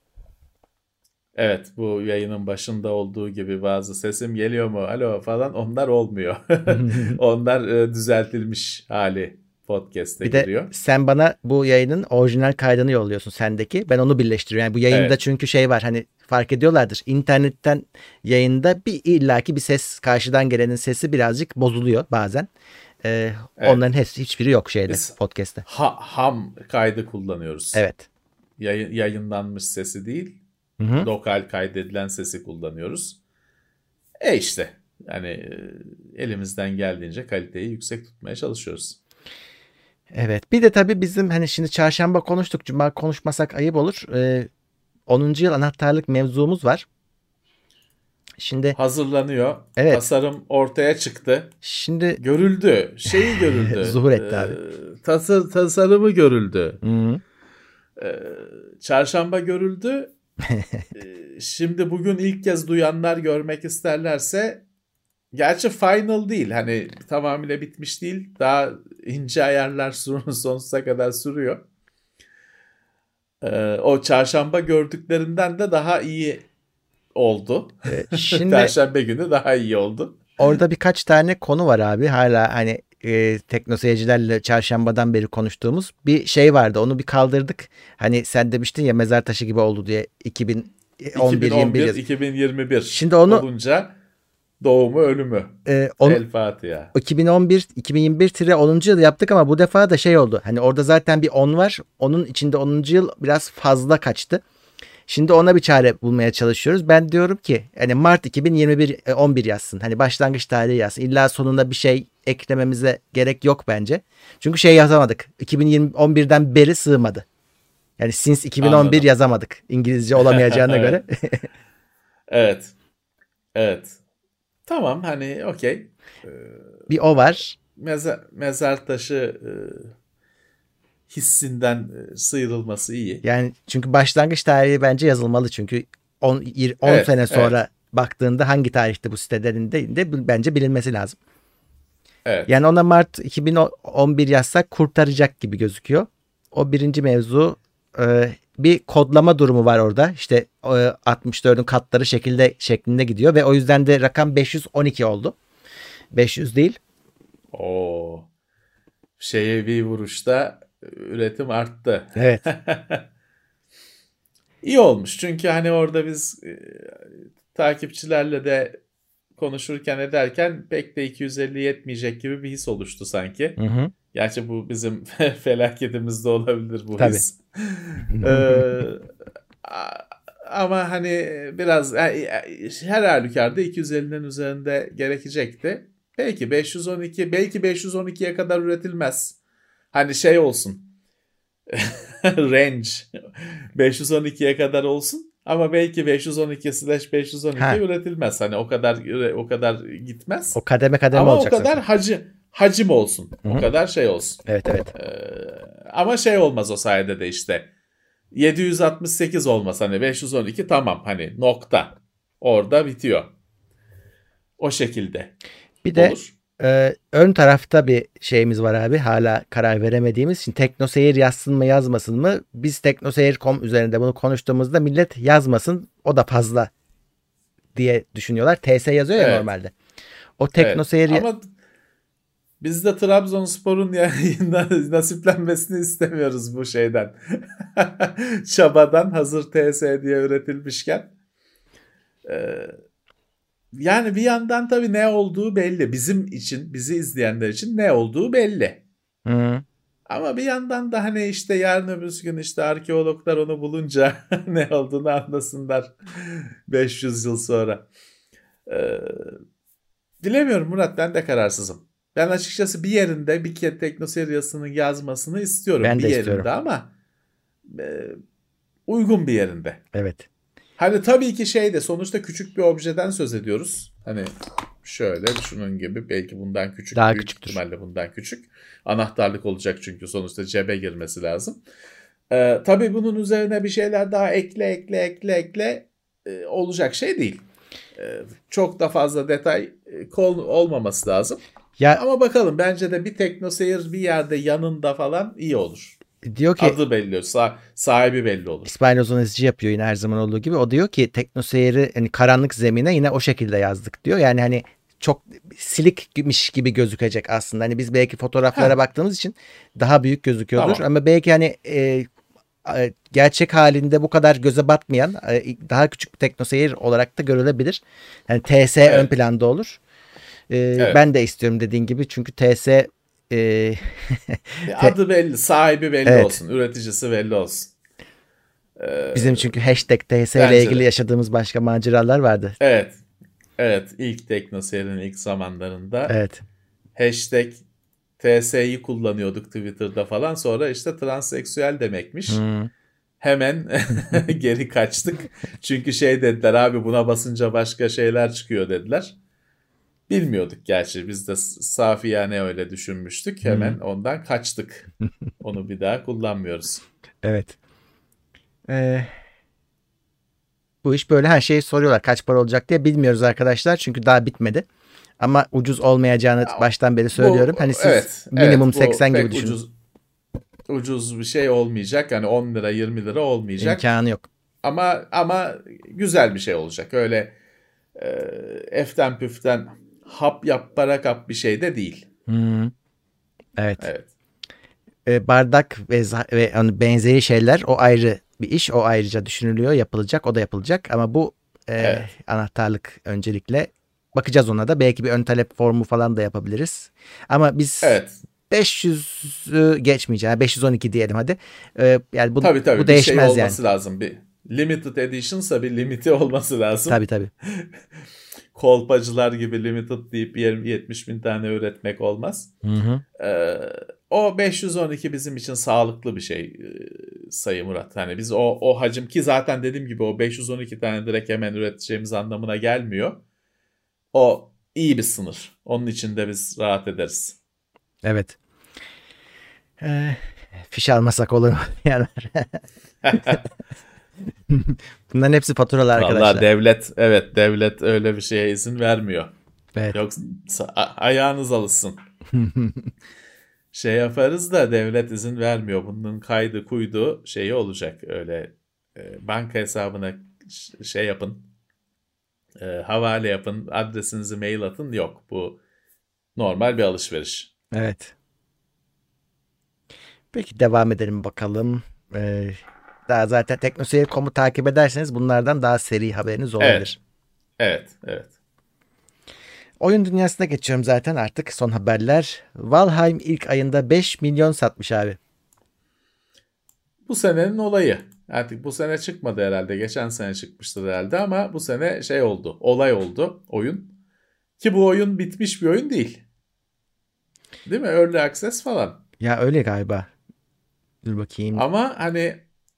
Evet, bu yayının başında olduğu gibi bazı sesim geliyor mu alo falan, onlar olmuyor. Onlar düzeltilmiş hali podcast'e giriyor. Bir de sen bana bu yayının orijinal kaydını yolluyorsun sendeki. Ben onu birleştiriyorum. Yani bu yayında çünkü şey var, hani fark ediyorlardır. İnternetten yayında illaki bir ses, karşıdan gelenin sesi birazcık bozuluyor bazen. Onların hiçbiri yok biz podcast'te. Ham kaydı kullanıyoruz. Evet. Yayınlanmış sesi değil. Lokal kaydedilen sesi kullanıyoruz. İşte yani elimizden geldiğince kaliteyi yüksek tutmaya çalışıyoruz. Evet. Bir de tabii bizim hani şimdi çarşamba konuştuk. Cuma konuşmasak ayıp olur. 10. yıl anahtarlık mevzumuz var. Şimdi hazırlanıyor. Evet. Tasarım ortaya çıktı. Şimdi görüldü. Şeyi görüldü. Zuhur etti abi. Tasarımı görüldü. Çarşamba görüldü. Şimdi bugün ilk kez duyanlar görmek isterlerse, gerçi final değil, hani tamamıyla bitmiş değil, daha ince ayarlar sonsuza kadar sürüyor. O çarşamba gördüklerinden de daha iyi oldu. Şimdi Perşembe günü daha iyi oldu. Orada birkaç tane konu var abi, hala hani teknoseyircilerle çarşambadan beri konuştuğumuz bir şey vardı. Onu bir kaldırdık. Hani sen demiştin ya mezar taşı gibi oldu diye 2021. Şimdi onu olunca doğumu ölümü. El Fatiha. 2021-10. yıl yaptık ama bu defa da şey oldu. Hani orada zaten bir 10 var. Onun içinde 10. yıl biraz fazla kaçtı. Şimdi ona bir çare bulmaya çalışıyoruz. Ben diyorum ki hani Mart 2021 11 yazsın. Hani başlangıç tarihi yazsın. İlla sonuna bir şey eklememize gerek yok bence. Çünkü şey yazamadık. 2011'den beri sığmadı. Yani since 2011 Anladım. Yazamadık. İngilizce olamayacağına göre. Evet. Tamam, hani okey. Bir o var. Mezar taşı hissinden sıyrılması iyi. Yani çünkü başlangıç tarihi bence yazılmalı, çünkü 10 sene sonra baktığında hangi tarihte bu sitelerinde de bence bilinmesi lazım. Evet. Yani ona Mart 2011 yazsak kurtaracak gibi gözüküyor. O birinci mevzu. Bir kodlama durumu var orada. İşte 64'ün katları şeklinde gidiyor ve o yüzden de rakam 512 oldu. 500 değil. Bir vuruşta üretim arttı. Evet. İyi olmuş çünkü hani orada biz takipçilerle de konuşurken ederken pek de 250 yetmeyecek gibi bir his oluştu sanki. Hı hı. Gerçi bu bizim felaketimiz de olabilir bu Tabii. his. Ama hani biraz her halükarda 250'nin üzerinde gerekecekti. Belki 512, belki 512'ye kadar üretilmez. Hani şey olsun. Range 512'ye kadar olsun ama belki 512/512 üretilmez. Hani o kadar gitmez. O kademe kademe ama olacak o kadar hacim olsun. Hı-hı. O kadar şey olsun. Evet. Ama şey olmaz o sayede de işte 768 olmaz hani 512 tamam hani nokta. Orada bitiyor. O şekilde. Bir de olur. Ön tarafta bir şeyimiz var abi. Hala karar veremediğimiz için TeknoSeyir yazsın mı yazmasın mı? Biz TeknoSeyir.com üzerinde bunu konuştuğumuzda millet yazmasın o da fazla diye düşünüyorlar. TS yazıyor ya normalde. O TeknoSeyir ama biz de Trabzonspor'un nasiplenmesini istemiyoruz bu şeyden. Çabadan hazır TS diye üretilmişken. Yani bir yandan tabii ne olduğu belli. Bizim için, bizi izleyenler için ne olduğu belli. Hı. Ama bir yandan da hani işte yarın öbür gün işte arkeologlar onu bulunca ne olduğunu anlasınlar 500 yıl sonra. Bilemiyorum Murat, ben de kararsızım. Ben açıkçası bir yerinde bir kere TeknoSeyir yazısının yazmasını istiyorum. Ben bir de yerinde istiyorum. ama uygun bir yerinde. Evet. Hani tabii ki şey de sonuçta küçük bir objeden söz ediyoruz. Hani şöyle şunun gibi belki bundan küçük, daha büyük küçüktür. ihtimalle bundan küçük. Anahtarlık olacak çünkü sonuçta cebe girmesi lazım. Tabii bunun üzerine bir şeyler daha ekle olacak şey değil. Çok da fazla detay olmaması lazım. Ama bakalım, bence de bir TeknoSeyir bir yerde yanında falan iyi olur. Diyor ki adı belli olur, sahibi belli olur. İsmail Ozan Ezici yapıyor yine her zaman olduğu gibi. O diyor ki TeknoSeyir'i hani karanlık zemine yine o şekilde yazdık diyor. Yani hani çok silikmiş gibi gözükecek aslında. Hani biz belki fotoğraflara baktığımız için daha büyük gözüküyordur. Tamam. Ama belki hani gerçek halinde bu kadar göze batmayan daha küçük bir TeknoSeyir olarak da görülebilir. Yani TS ön planda olur. Evet. Ben de istiyorum dediğin gibi çünkü TS adı belli, sahibi belli olsun, üreticisi belli olsun. Bizim çünkü hashtag TS ile ilgili yaşadığımız başka maceralar vardı. Evet, ilk TeknoSeyir'in ilk zamanlarında. Evet. Hashtag TS'yi kullanıyorduk Twitter'da falan, sonra işte transseksüel demekmiş. Hemen geri kaçtık. Çünkü şey dediler, abi buna basınca başka şeyler çıkıyor dediler. Bilmiyorduk gerçi, biz de safiyane öyle düşünmüştük. Hemen ondan kaçtık. Onu bir daha kullanmıyoruz. Evet. Bu iş böyle, her şeyi soruyorlar kaç para olacak diye, bilmiyoruz arkadaşlar çünkü daha bitmedi. Ama ucuz olmayacağını baştan beri söylüyorum. Hani siz minimum 80 gibi düşünün. Ucuz bir şey olmayacak. Yani 10 lira 20 lira olmayacak. İmkanı yok. Ama güzel bir şey olacak. Öyle eften püften hap yap para kap bir şey de değil. Evet. Bardak ve benzeri şeyler o ayrı bir iş. O ayrıca düşünülüyor, yapılacak. O da yapılacak. Ama bu anahtarlık öncelikle. Bakacağız ona da. Belki bir ön talep formu falan da yapabiliriz. Ama biz 500'ü geçmeyeceğiz. 512 diyelim hadi. Yani bu değişmez bir şey olması yani. lazım. Bir limited edition'sa bir limiti olması lazım. Tabii. Kolpacılar gibi limited deyip 70.000 tane üretmek olmaz. O 512 bizim için sağlıklı bir şey Sayın Murat. Hani biz o hacim, ki zaten dediğim gibi o 512 tane direkt hemen üreteceğimiz anlamına gelmiyor. O iyi bir sınır. Onun için de biz rahat ederiz. Evet. Fiş almasak olur mu? Yani bunların hepsi faturalı arkadaşlar. Vallahi devlet öyle bir şeye izin vermiyor. Evet. Yoksa ayağınız alışsın. Şey yaparız da devlet izin vermiyor. Bunun kaydı kuydu şeyi olacak. Öyle banka hesabına şey yapın. Havale yapın. Adresinizi mail atın. Yok. Bu normal bir alışveriş. Evet. Peki devam edelim bakalım. Daha zaten teknoseyir.com'u takip ederseniz bunlardan daha seri haberiniz olabilir. Evet. Oyun dünyasına geçiyorum zaten artık son haberler. Valheim ilk ayında 5 milyon satmış abi. Bu senenin olayı. Artık bu sene çıkmadı herhalde. Geçen sene çıkmıştır herhalde ama bu sene şey oldu. Olay oldu oyun. Ki bu oyun bitmiş bir oyun değil. Değil mi? Early Access falan. Ya öyle galiba. Dur bakayım. Ama hani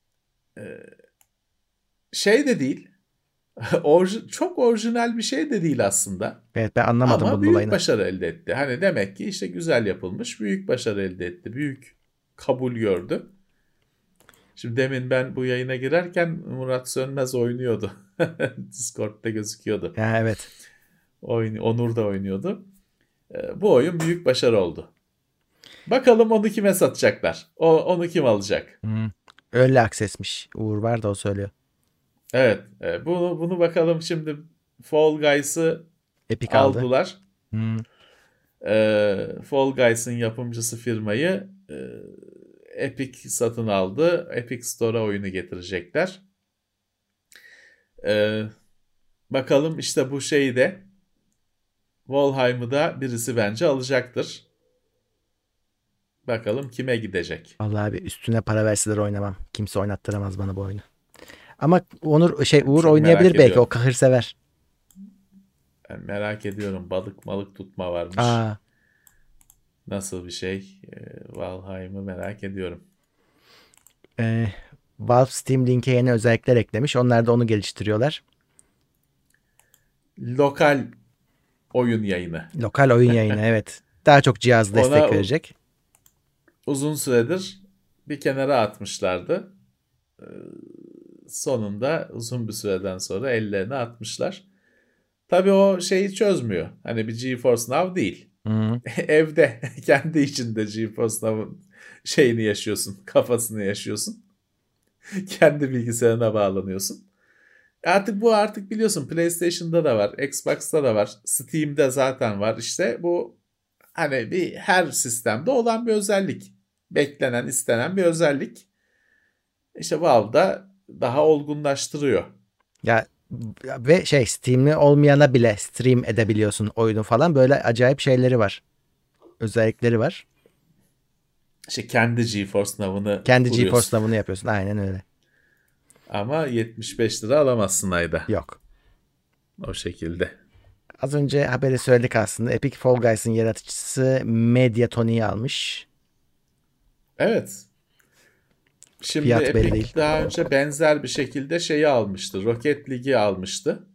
şey de değil. Çok orijinal bir şey de değil aslında. Evet, ben anlamadım Ama bunun büyük olayını. başarı elde etti. Hani demek ki işte güzel yapılmış. Büyük başarı elde etti. Büyük kabul gördü. Şimdi demin ben bu yayına girerken Murat Sönmez oynuyordu. Discord'da gözüküyordu. Ya evet. Onur da oynuyordu. Bu oyun büyük başarı oldu. Bakalım onu kime satacaklar? Onu kim alacak? Öyle aksesmiş. Uğur var da o söylüyor. Evet. Bunu bakalım şimdi Fall Guys'ı Epic aldı. aldılar. Fall Guys'ın yapımcısı firmayı Epic satın aldı. Epic Store'a oyunu getirecekler. Bakalım işte bu şeyi de Valheim'ı da birisi bence alacaktır. Bakalım kime gidecek. Vallahi abi üstüne para verseler oynamam. Kimse oynattıramaz bana bu oyunu. Ama Uğur Çok oynayabilir merak belki. ediyorum. O kahır sever. Ben merak ediyorum. Balık tutma varmış. Aa, Nasıl bir şey? Valheim'ı merak ediyorum. Valve Steam Link'e yeni özellikler eklemiş. Onlar da onu geliştiriyorlar. Lokal oyun yayını. Lokal oyun yayını evet. Daha çok cihaz destek Ona verecek. uzun süredir bir kenara atmışlardı. Sonunda uzun bir süreden sonra ellerine atmışlar. Tabii o şeyi çözmüyor. Hani bir GeForce Now değil. Hı. Evde kendi içinde GeForce Now'ın şeyini yaşıyorsun, kafasını yaşıyorsun. Kendi bilgisayarına bağlanıyorsun. Artık biliyorsun PlayStation'da da var, Xbox'ta da var, Steam'de zaten var. İşte bu hani her sistemde olan bir özellik. Beklenen, istenen bir özellik. İşte Valve'da daha olgunlaştırıyor. Ya ve Steam'li olmayana bile stream edebiliyorsun oyunu falan. Böyle acayip şeyleri var. Özellikleri var. İşte kendi GeForce Now'ını Kendi kuruyorsun. GeForce'la bunu yapıyorsun. Aynen öyle. Ama 75 lira alamazsın ayda. Yok. O şekilde. Az önce haberi söyledik aslında. Epic Fall Guys'ın yaratıcısı Mediatoni'yi almış. Evet. Şimdi Fiyat belli Epic değil. daha önce benzer bir şekilde şeyi almıştı. Rocket League'i almıştı.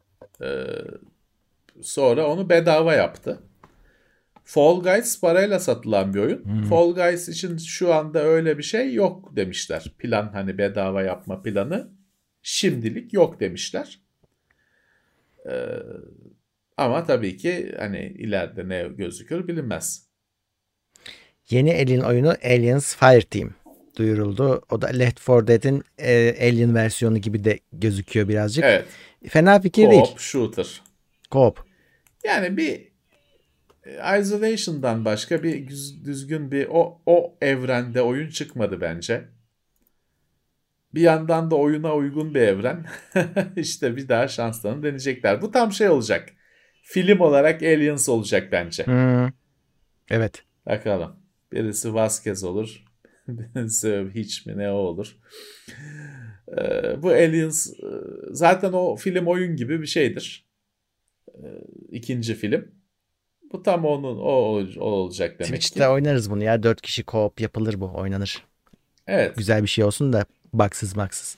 Sonra onu bedava yaptı. Fall Guys parayla satılan bir oyun. Fall Guys için şu anda öyle bir şey yok demişler. Plan hani bedava yapma planı şimdilik yok demişler. Ama tabii ki hani ileride ne gözükür bilinmez. Yeni Alien oyunu Aliens Fireteam duyuruldu. O da Left 4 Dead'in Alien versiyonu gibi de gözüküyor birazcık. Evet. Fena fikir değil. Co-op shooter. Co-op. Yani bir Isolation'dan başka bir düzgün bir o evrende oyun çıkmadı bence. Bir yandan da oyuna uygun bir evren. İşte bir daha şanslarını deneyecekler. Bu tam şey olacak. Film olarak Aliens olacak bence. Evet. Bakalım. Birisi Vasquez olur. Birisi hiç mi ne o olur. Bu Aliens zaten o film oyun gibi bir şeydir. İkinci film. Bu tam o olacak demek Twitch'te ki. oynarız bunu ya. 4 kişi co-op yapılır bu. Oynanır. Evet. Güzel bir şey olsun da bugsız maksız.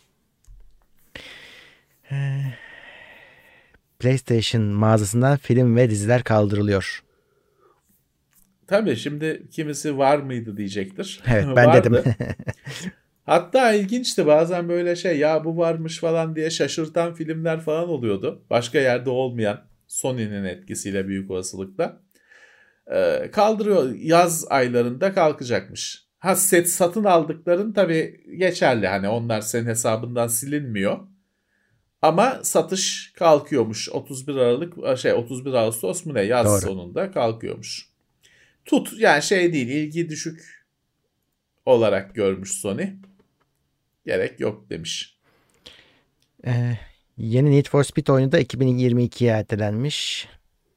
PlayStation mağazasından film ve diziler kaldırılıyor. Tabii şimdi kimisi var mıydı diyecektir. Evet ben dedim. Hatta ilginçti bazen böyle şey ya bu varmış falan diye şaşırtan filmler falan oluyordu. Başka yerde olmayan Sony'nin etkisiyle büyük olasılıkla. Kaldırıyor yaz aylarında kalkacakmış. Satın aldıkların tabii geçerli hani onlar senin hesabından silinmiyor. Ama satış kalkıyormuş 31 Ağustos mu ne yaz Doğru. sonunda kalkıyormuş. Yani şey değil ilgi düşük olarak görmüş Sony. gerek yok demiş. Yeni Need for Speed oyunu da 2022'ye ertelenmiş.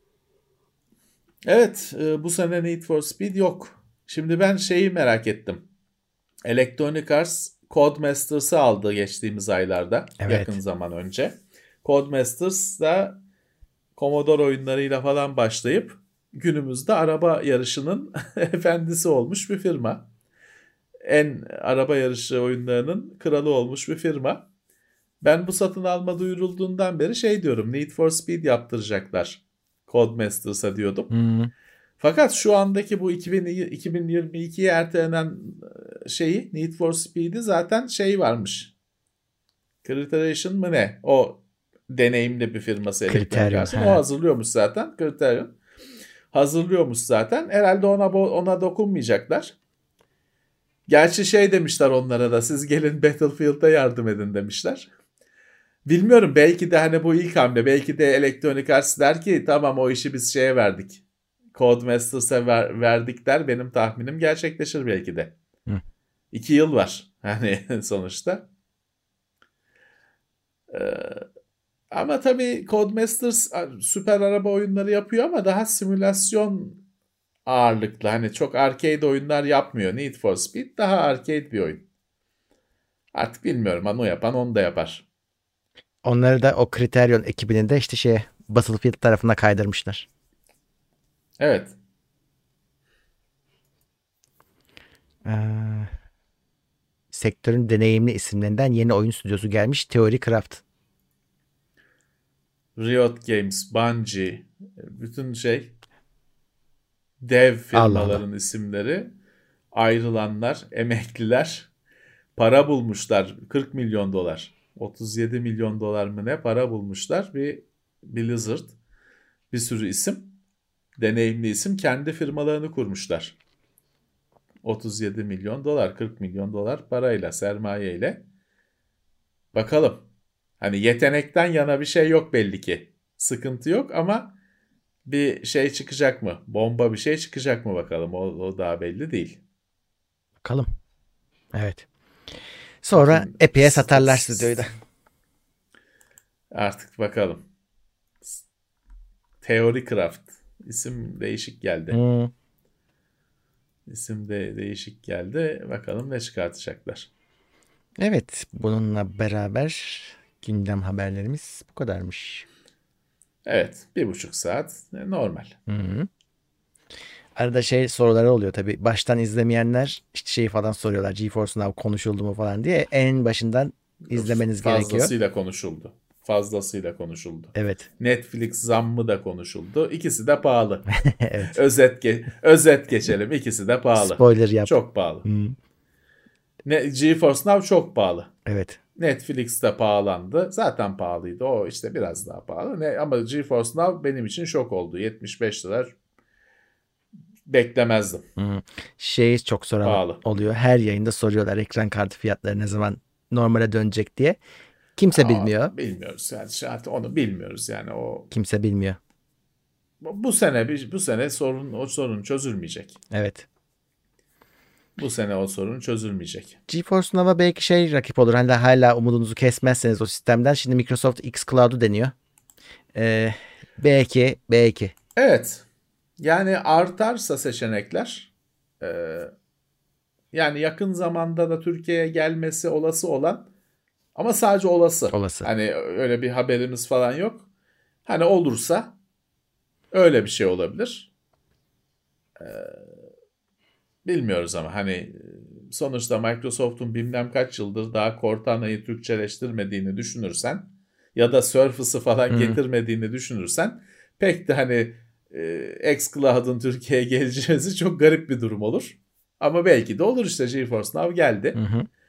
Evet, bu sene Need for Speed yok. Şimdi ben şeyi merak ettim. Electronic Arts Codemasters'ı aldı geçtiğimiz aylarda, Evet. yakın zaman önce. Codemasters da Commodore oyunlarıyla falan başlayıp günümüzde araba yarışının efendisi olmuş bir firma. Araba yarışı oyunlarının kralı olmuş bir firma. Ben bu satın alma duyurulduğundan beri şey diyorum, Need for Speed yaptıracaklar Codemasters'a diyordum. Fakat şu andaki bu 2022'ye ertelenen şeyi, Need for Speed'i zaten şey varmış. Criterion mı ne? O deneyimli bir firması Electronic Arts'ın. O hazırlıyormuş zaten. Criterion hazırlıyormuş zaten. Herhalde ona dokunmayacaklar. Gerçi şey demişler onlara da, siz gelin Battlefield'a yardım edin demişler. Bilmiyorum, belki de hani bu ilk hamle, belki de Electronic Arts der ki tamam o işi biz şeye verdik. Codemasters'a verdik der, benim tahminim gerçekleşir belki de. 2 yıl var hani sonuçta. Ama tabii Codemasters süper araba oyunları yapıyor ama daha simülasyon ağırlıklı. Hani çok arcade oyunlar yapmıyor. Need for Speed daha arcade bir oyun. Artık bilmiyorum, onu yapan onu da yapar. Onları da o Criterion ekibinin de işte Battlefield tarafına kaydırmışlar. Evet. Sektörün deneyimli isimlerinden yeni oyun stüdyosu gelmiş. Theory Craft. Riot Games, Bungie, bütün dev firmaların isimleri, ayrılanlar, emekliler para bulmuşlar. 40 milyon dolar. 37 milyon dolar mı ne para bulmuşlar. Bir Blizzard, bir sürü isim, deneyimli isim kendi firmalarını kurmuşlar. 37 milyon dolar, 40 milyon dolar parayla, sermayeyle. Bakalım. Hani yetenekten yana bir şey yok belli ki. Sıkıntı yok ama bir şey çıkacak mı? Bomba bir şey çıkacak mı bakalım. O daha belli değil. Bakalım. Evet. Sonra epey'e satarlar stüdyoyu da. Artık bakalım. Theory Craft. İsim değişik geldi. İsim de değişik geldi. Bakalım ne çıkartacaklar. Evet. Bununla beraber gündem haberlerimiz bu kadarmış. Evet. 1,5 saat. Normal. Arada soruları oluyor tabii. Baştan izlemeyenler işte falan soruyorlar. GeForce Now konuşuldu mu falan diye. En başından izlemeniz gerekiyor. Fazlasıyla konuşuldu. Evet. Netflix zammı da konuşuldu. İkisi de pahalı. Evet. Özet geçelim. İkisi de pahalı. Spoiler yap. Çok pahalı. GeForce Now çok pahalı. Evet. Netflix de pahalandı. Zaten pahalıydı. O işte biraz daha pahalı. Ama GeForce Now benim için şok oldu. $75 beklemezdim. Çok soran oluyor. Her yayında soruyorlar ekran kartı fiyatları ne zaman normale dönecek diye. Kimse bilmiyor. Bilmiyoruz yani. Onu bilmiyoruz yani. Kimse bilmiyor. Bu sene o sorun çözülmeyecek. Evet. Bu sene o sorun çözülmeyecek. GeForce Now'a belki rakip olur. Hani hala umudunuzu kesmezseniz o sistemden. Şimdi Microsoft xCloud'u deniyor. Belki. Evet. Yani artarsa seçenekler, yani yakın zamanda da Türkiye'ye gelmesi olası olan, ama sadece olası. Hani öyle bir haberimiz falan yok. Hani olursa öyle bir şey olabilir. Bilmiyoruz ama hani sonuçta Microsoft'un bilmem kaç yıldır daha Cortana'yı Türkçeleştirmediğini düşünürsen ya da Surface'ı falan getirmediğini düşünürsen pek de hani xCloud'un Türkiye'ye geleceğizi çok garip bir durum olur. Ama belki de olur, işte GeForce Now geldi.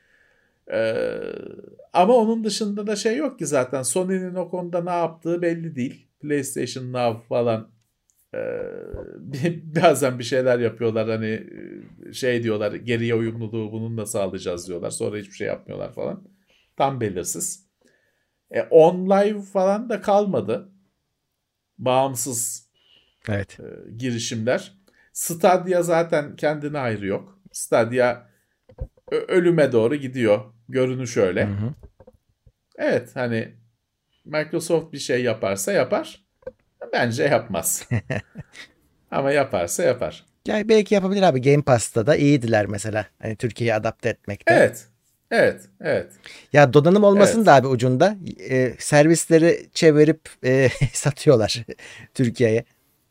Ama onun dışında da yok ki zaten. Sony'nin o konuda ne yaptığı belli değil. PlayStation Now falan bazen bir şeyler yapıyorlar, hani diyorlar geriye uyumluluğu bununla sağlayacağız diyorlar. Sonra hiçbir şey yapmıyorlar falan. Tam belirsiz. OnLive falan da kalmadı. Bağımsız girişimler. Stadia zaten kendine ayrı yok. Stadia ölüme doğru gidiyor. Görünüş öyle. Hı hı. Evet, hani Microsoft bir şey yaparsa yapar. Bence yapmaz. Ama yaparsa yapar. Yani belki yapabilir abi. Game Pass'ta da iyiydiler mesela. Hani Türkiye'yi adapte etmekte. Evet. Evet. Evet. Ya donanım olmasın Evet. da abi ucunda. Servisleri çevirip satıyorlar Türkiye'ye.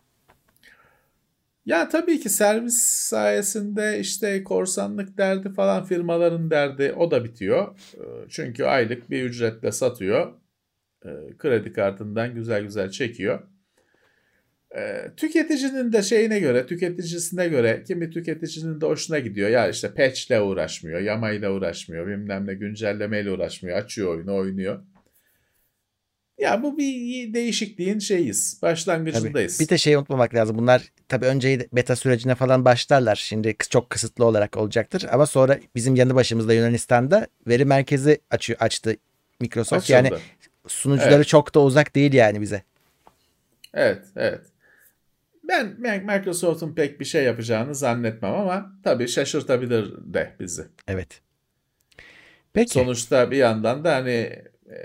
Ya tabii ki servis sayesinde işte korsanlık derdi falan, firmaların derdi o da bitiyor. Çünkü aylık bir ücretle satıyor. Kredi kartından güzel güzel çekiyor. Tüketicinin de şeyine göre, tüketicisine göre, kimi tüketicinin de hoşuna gidiyor. Ya işte patch'le uğraşmıyor, yamayla uğraşmıyor, bilmem ne güncellemeyle uğraşmıyor. Açıyor oyunu, oynuyor. Ya bu bir değişikliğin şeyiz. Tabii. Başlangıcındayız. Bir de şey unutmamak lazım. Bunlar tabii önce beta sürecine falan başlarlar. Şimdi çok kısıtlı olarak olacaktır. Ama sonra bizim yanı başımızda Yunanistan'da veri merkezi açtı Microsoft. Açıldı. Yani sunucuları Evet. çok da uzak değil yani bize. Evet, evet. Ben Microsoft'un pek bir şey yapacağını zannetmem ama tabii şaşırtabilir de bizi. Evet. Peki. Sonuçta bir yandan da hani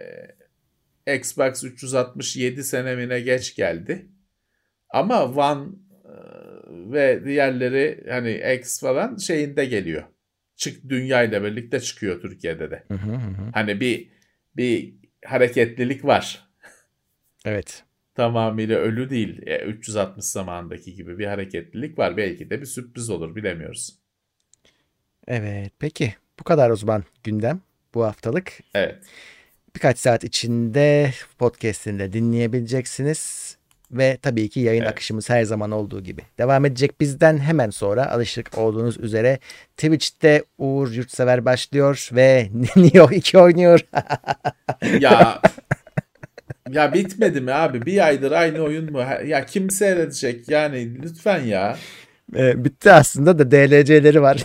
Xbox 367 senemine geç geldi. Ama One ve diğerleri hani X falan şeyinde geliyor. Dünya ile birlikte çıkıyor Türkiye'de de. Hı hı hı. Hani bir hareketlilik var. Evet. Tamamıyla ölü değil. 360 zamanındaki gibi bir hareketlilik var. Belki de bir sürpriz olur, bilemiyoruz. Evet. Peki. Bu kadar o zaman gündem bu haftalık. Evet. Birkaç saat içinde podcast'ini de dinleyebileceksiniz. Ve tabii ki yayın akışımız her zaman olduğu gibi devam edecek. Bizden hemen sonra alışık olduğunuz üzere Twitch'te Uğur Yurtsever başlıyor ve Nioh 2 oynuyor. Ya bitmedi mi abi? Bir aydır aynı oyun mu? Ya kim seyredecek? Yani lütfen ya. Bitti aslında da DLC'leri var.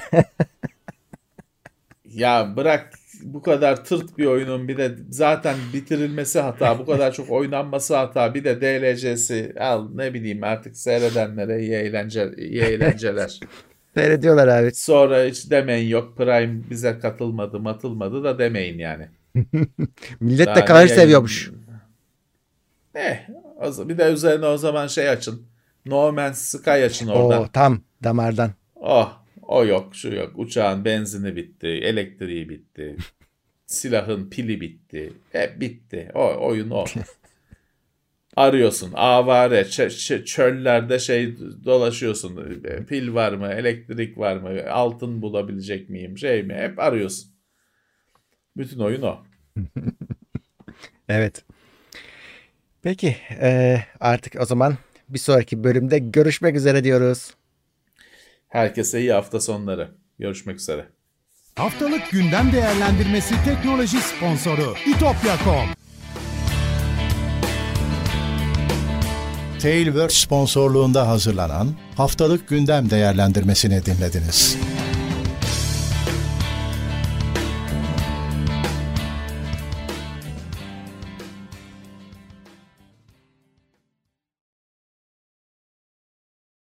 Ya bırak, bu kadar tırt bir oyunun bir de zaten bitirilmesi hata, bu kadar çok oynanması hata, bir de DLC'si, al ne bileyim artık, seyredenlere iyi eğlenceler. Seyrediyorlar abi. Sonra hiç demeyin yok Prime bize matılmadı da demeyin yani. Millet de Daha kadar seviyormuş. Bir de üzerine o zaman şey açın. No Man's Sky açın oradan. Tam damardan. O yok, şu yok. Uçağın benzini bitti, elektriği bitti. Silahın pili bitti. Hep bitti. Oyun o. Arıyorsun. Avare. Çöllerde dolaşıyorsun. Pil var mı? Elektrik var mı? Altın bulabilecek miyim? Şey mi? Hep arıyorsun. Bütün oyun o. Evet. Peki. Artık o zaman bir sonraki bölümde görüşmek üzere diyoruz. Herkese iyi hafta sonları. Görüşmek üzere. Haftalık gündem değerlendirmesi teknoloji sponsoru itopya.com. Tailwords sponsorluğunda hazırlanan haftalık gündem değerlendirmesini dinlediniz.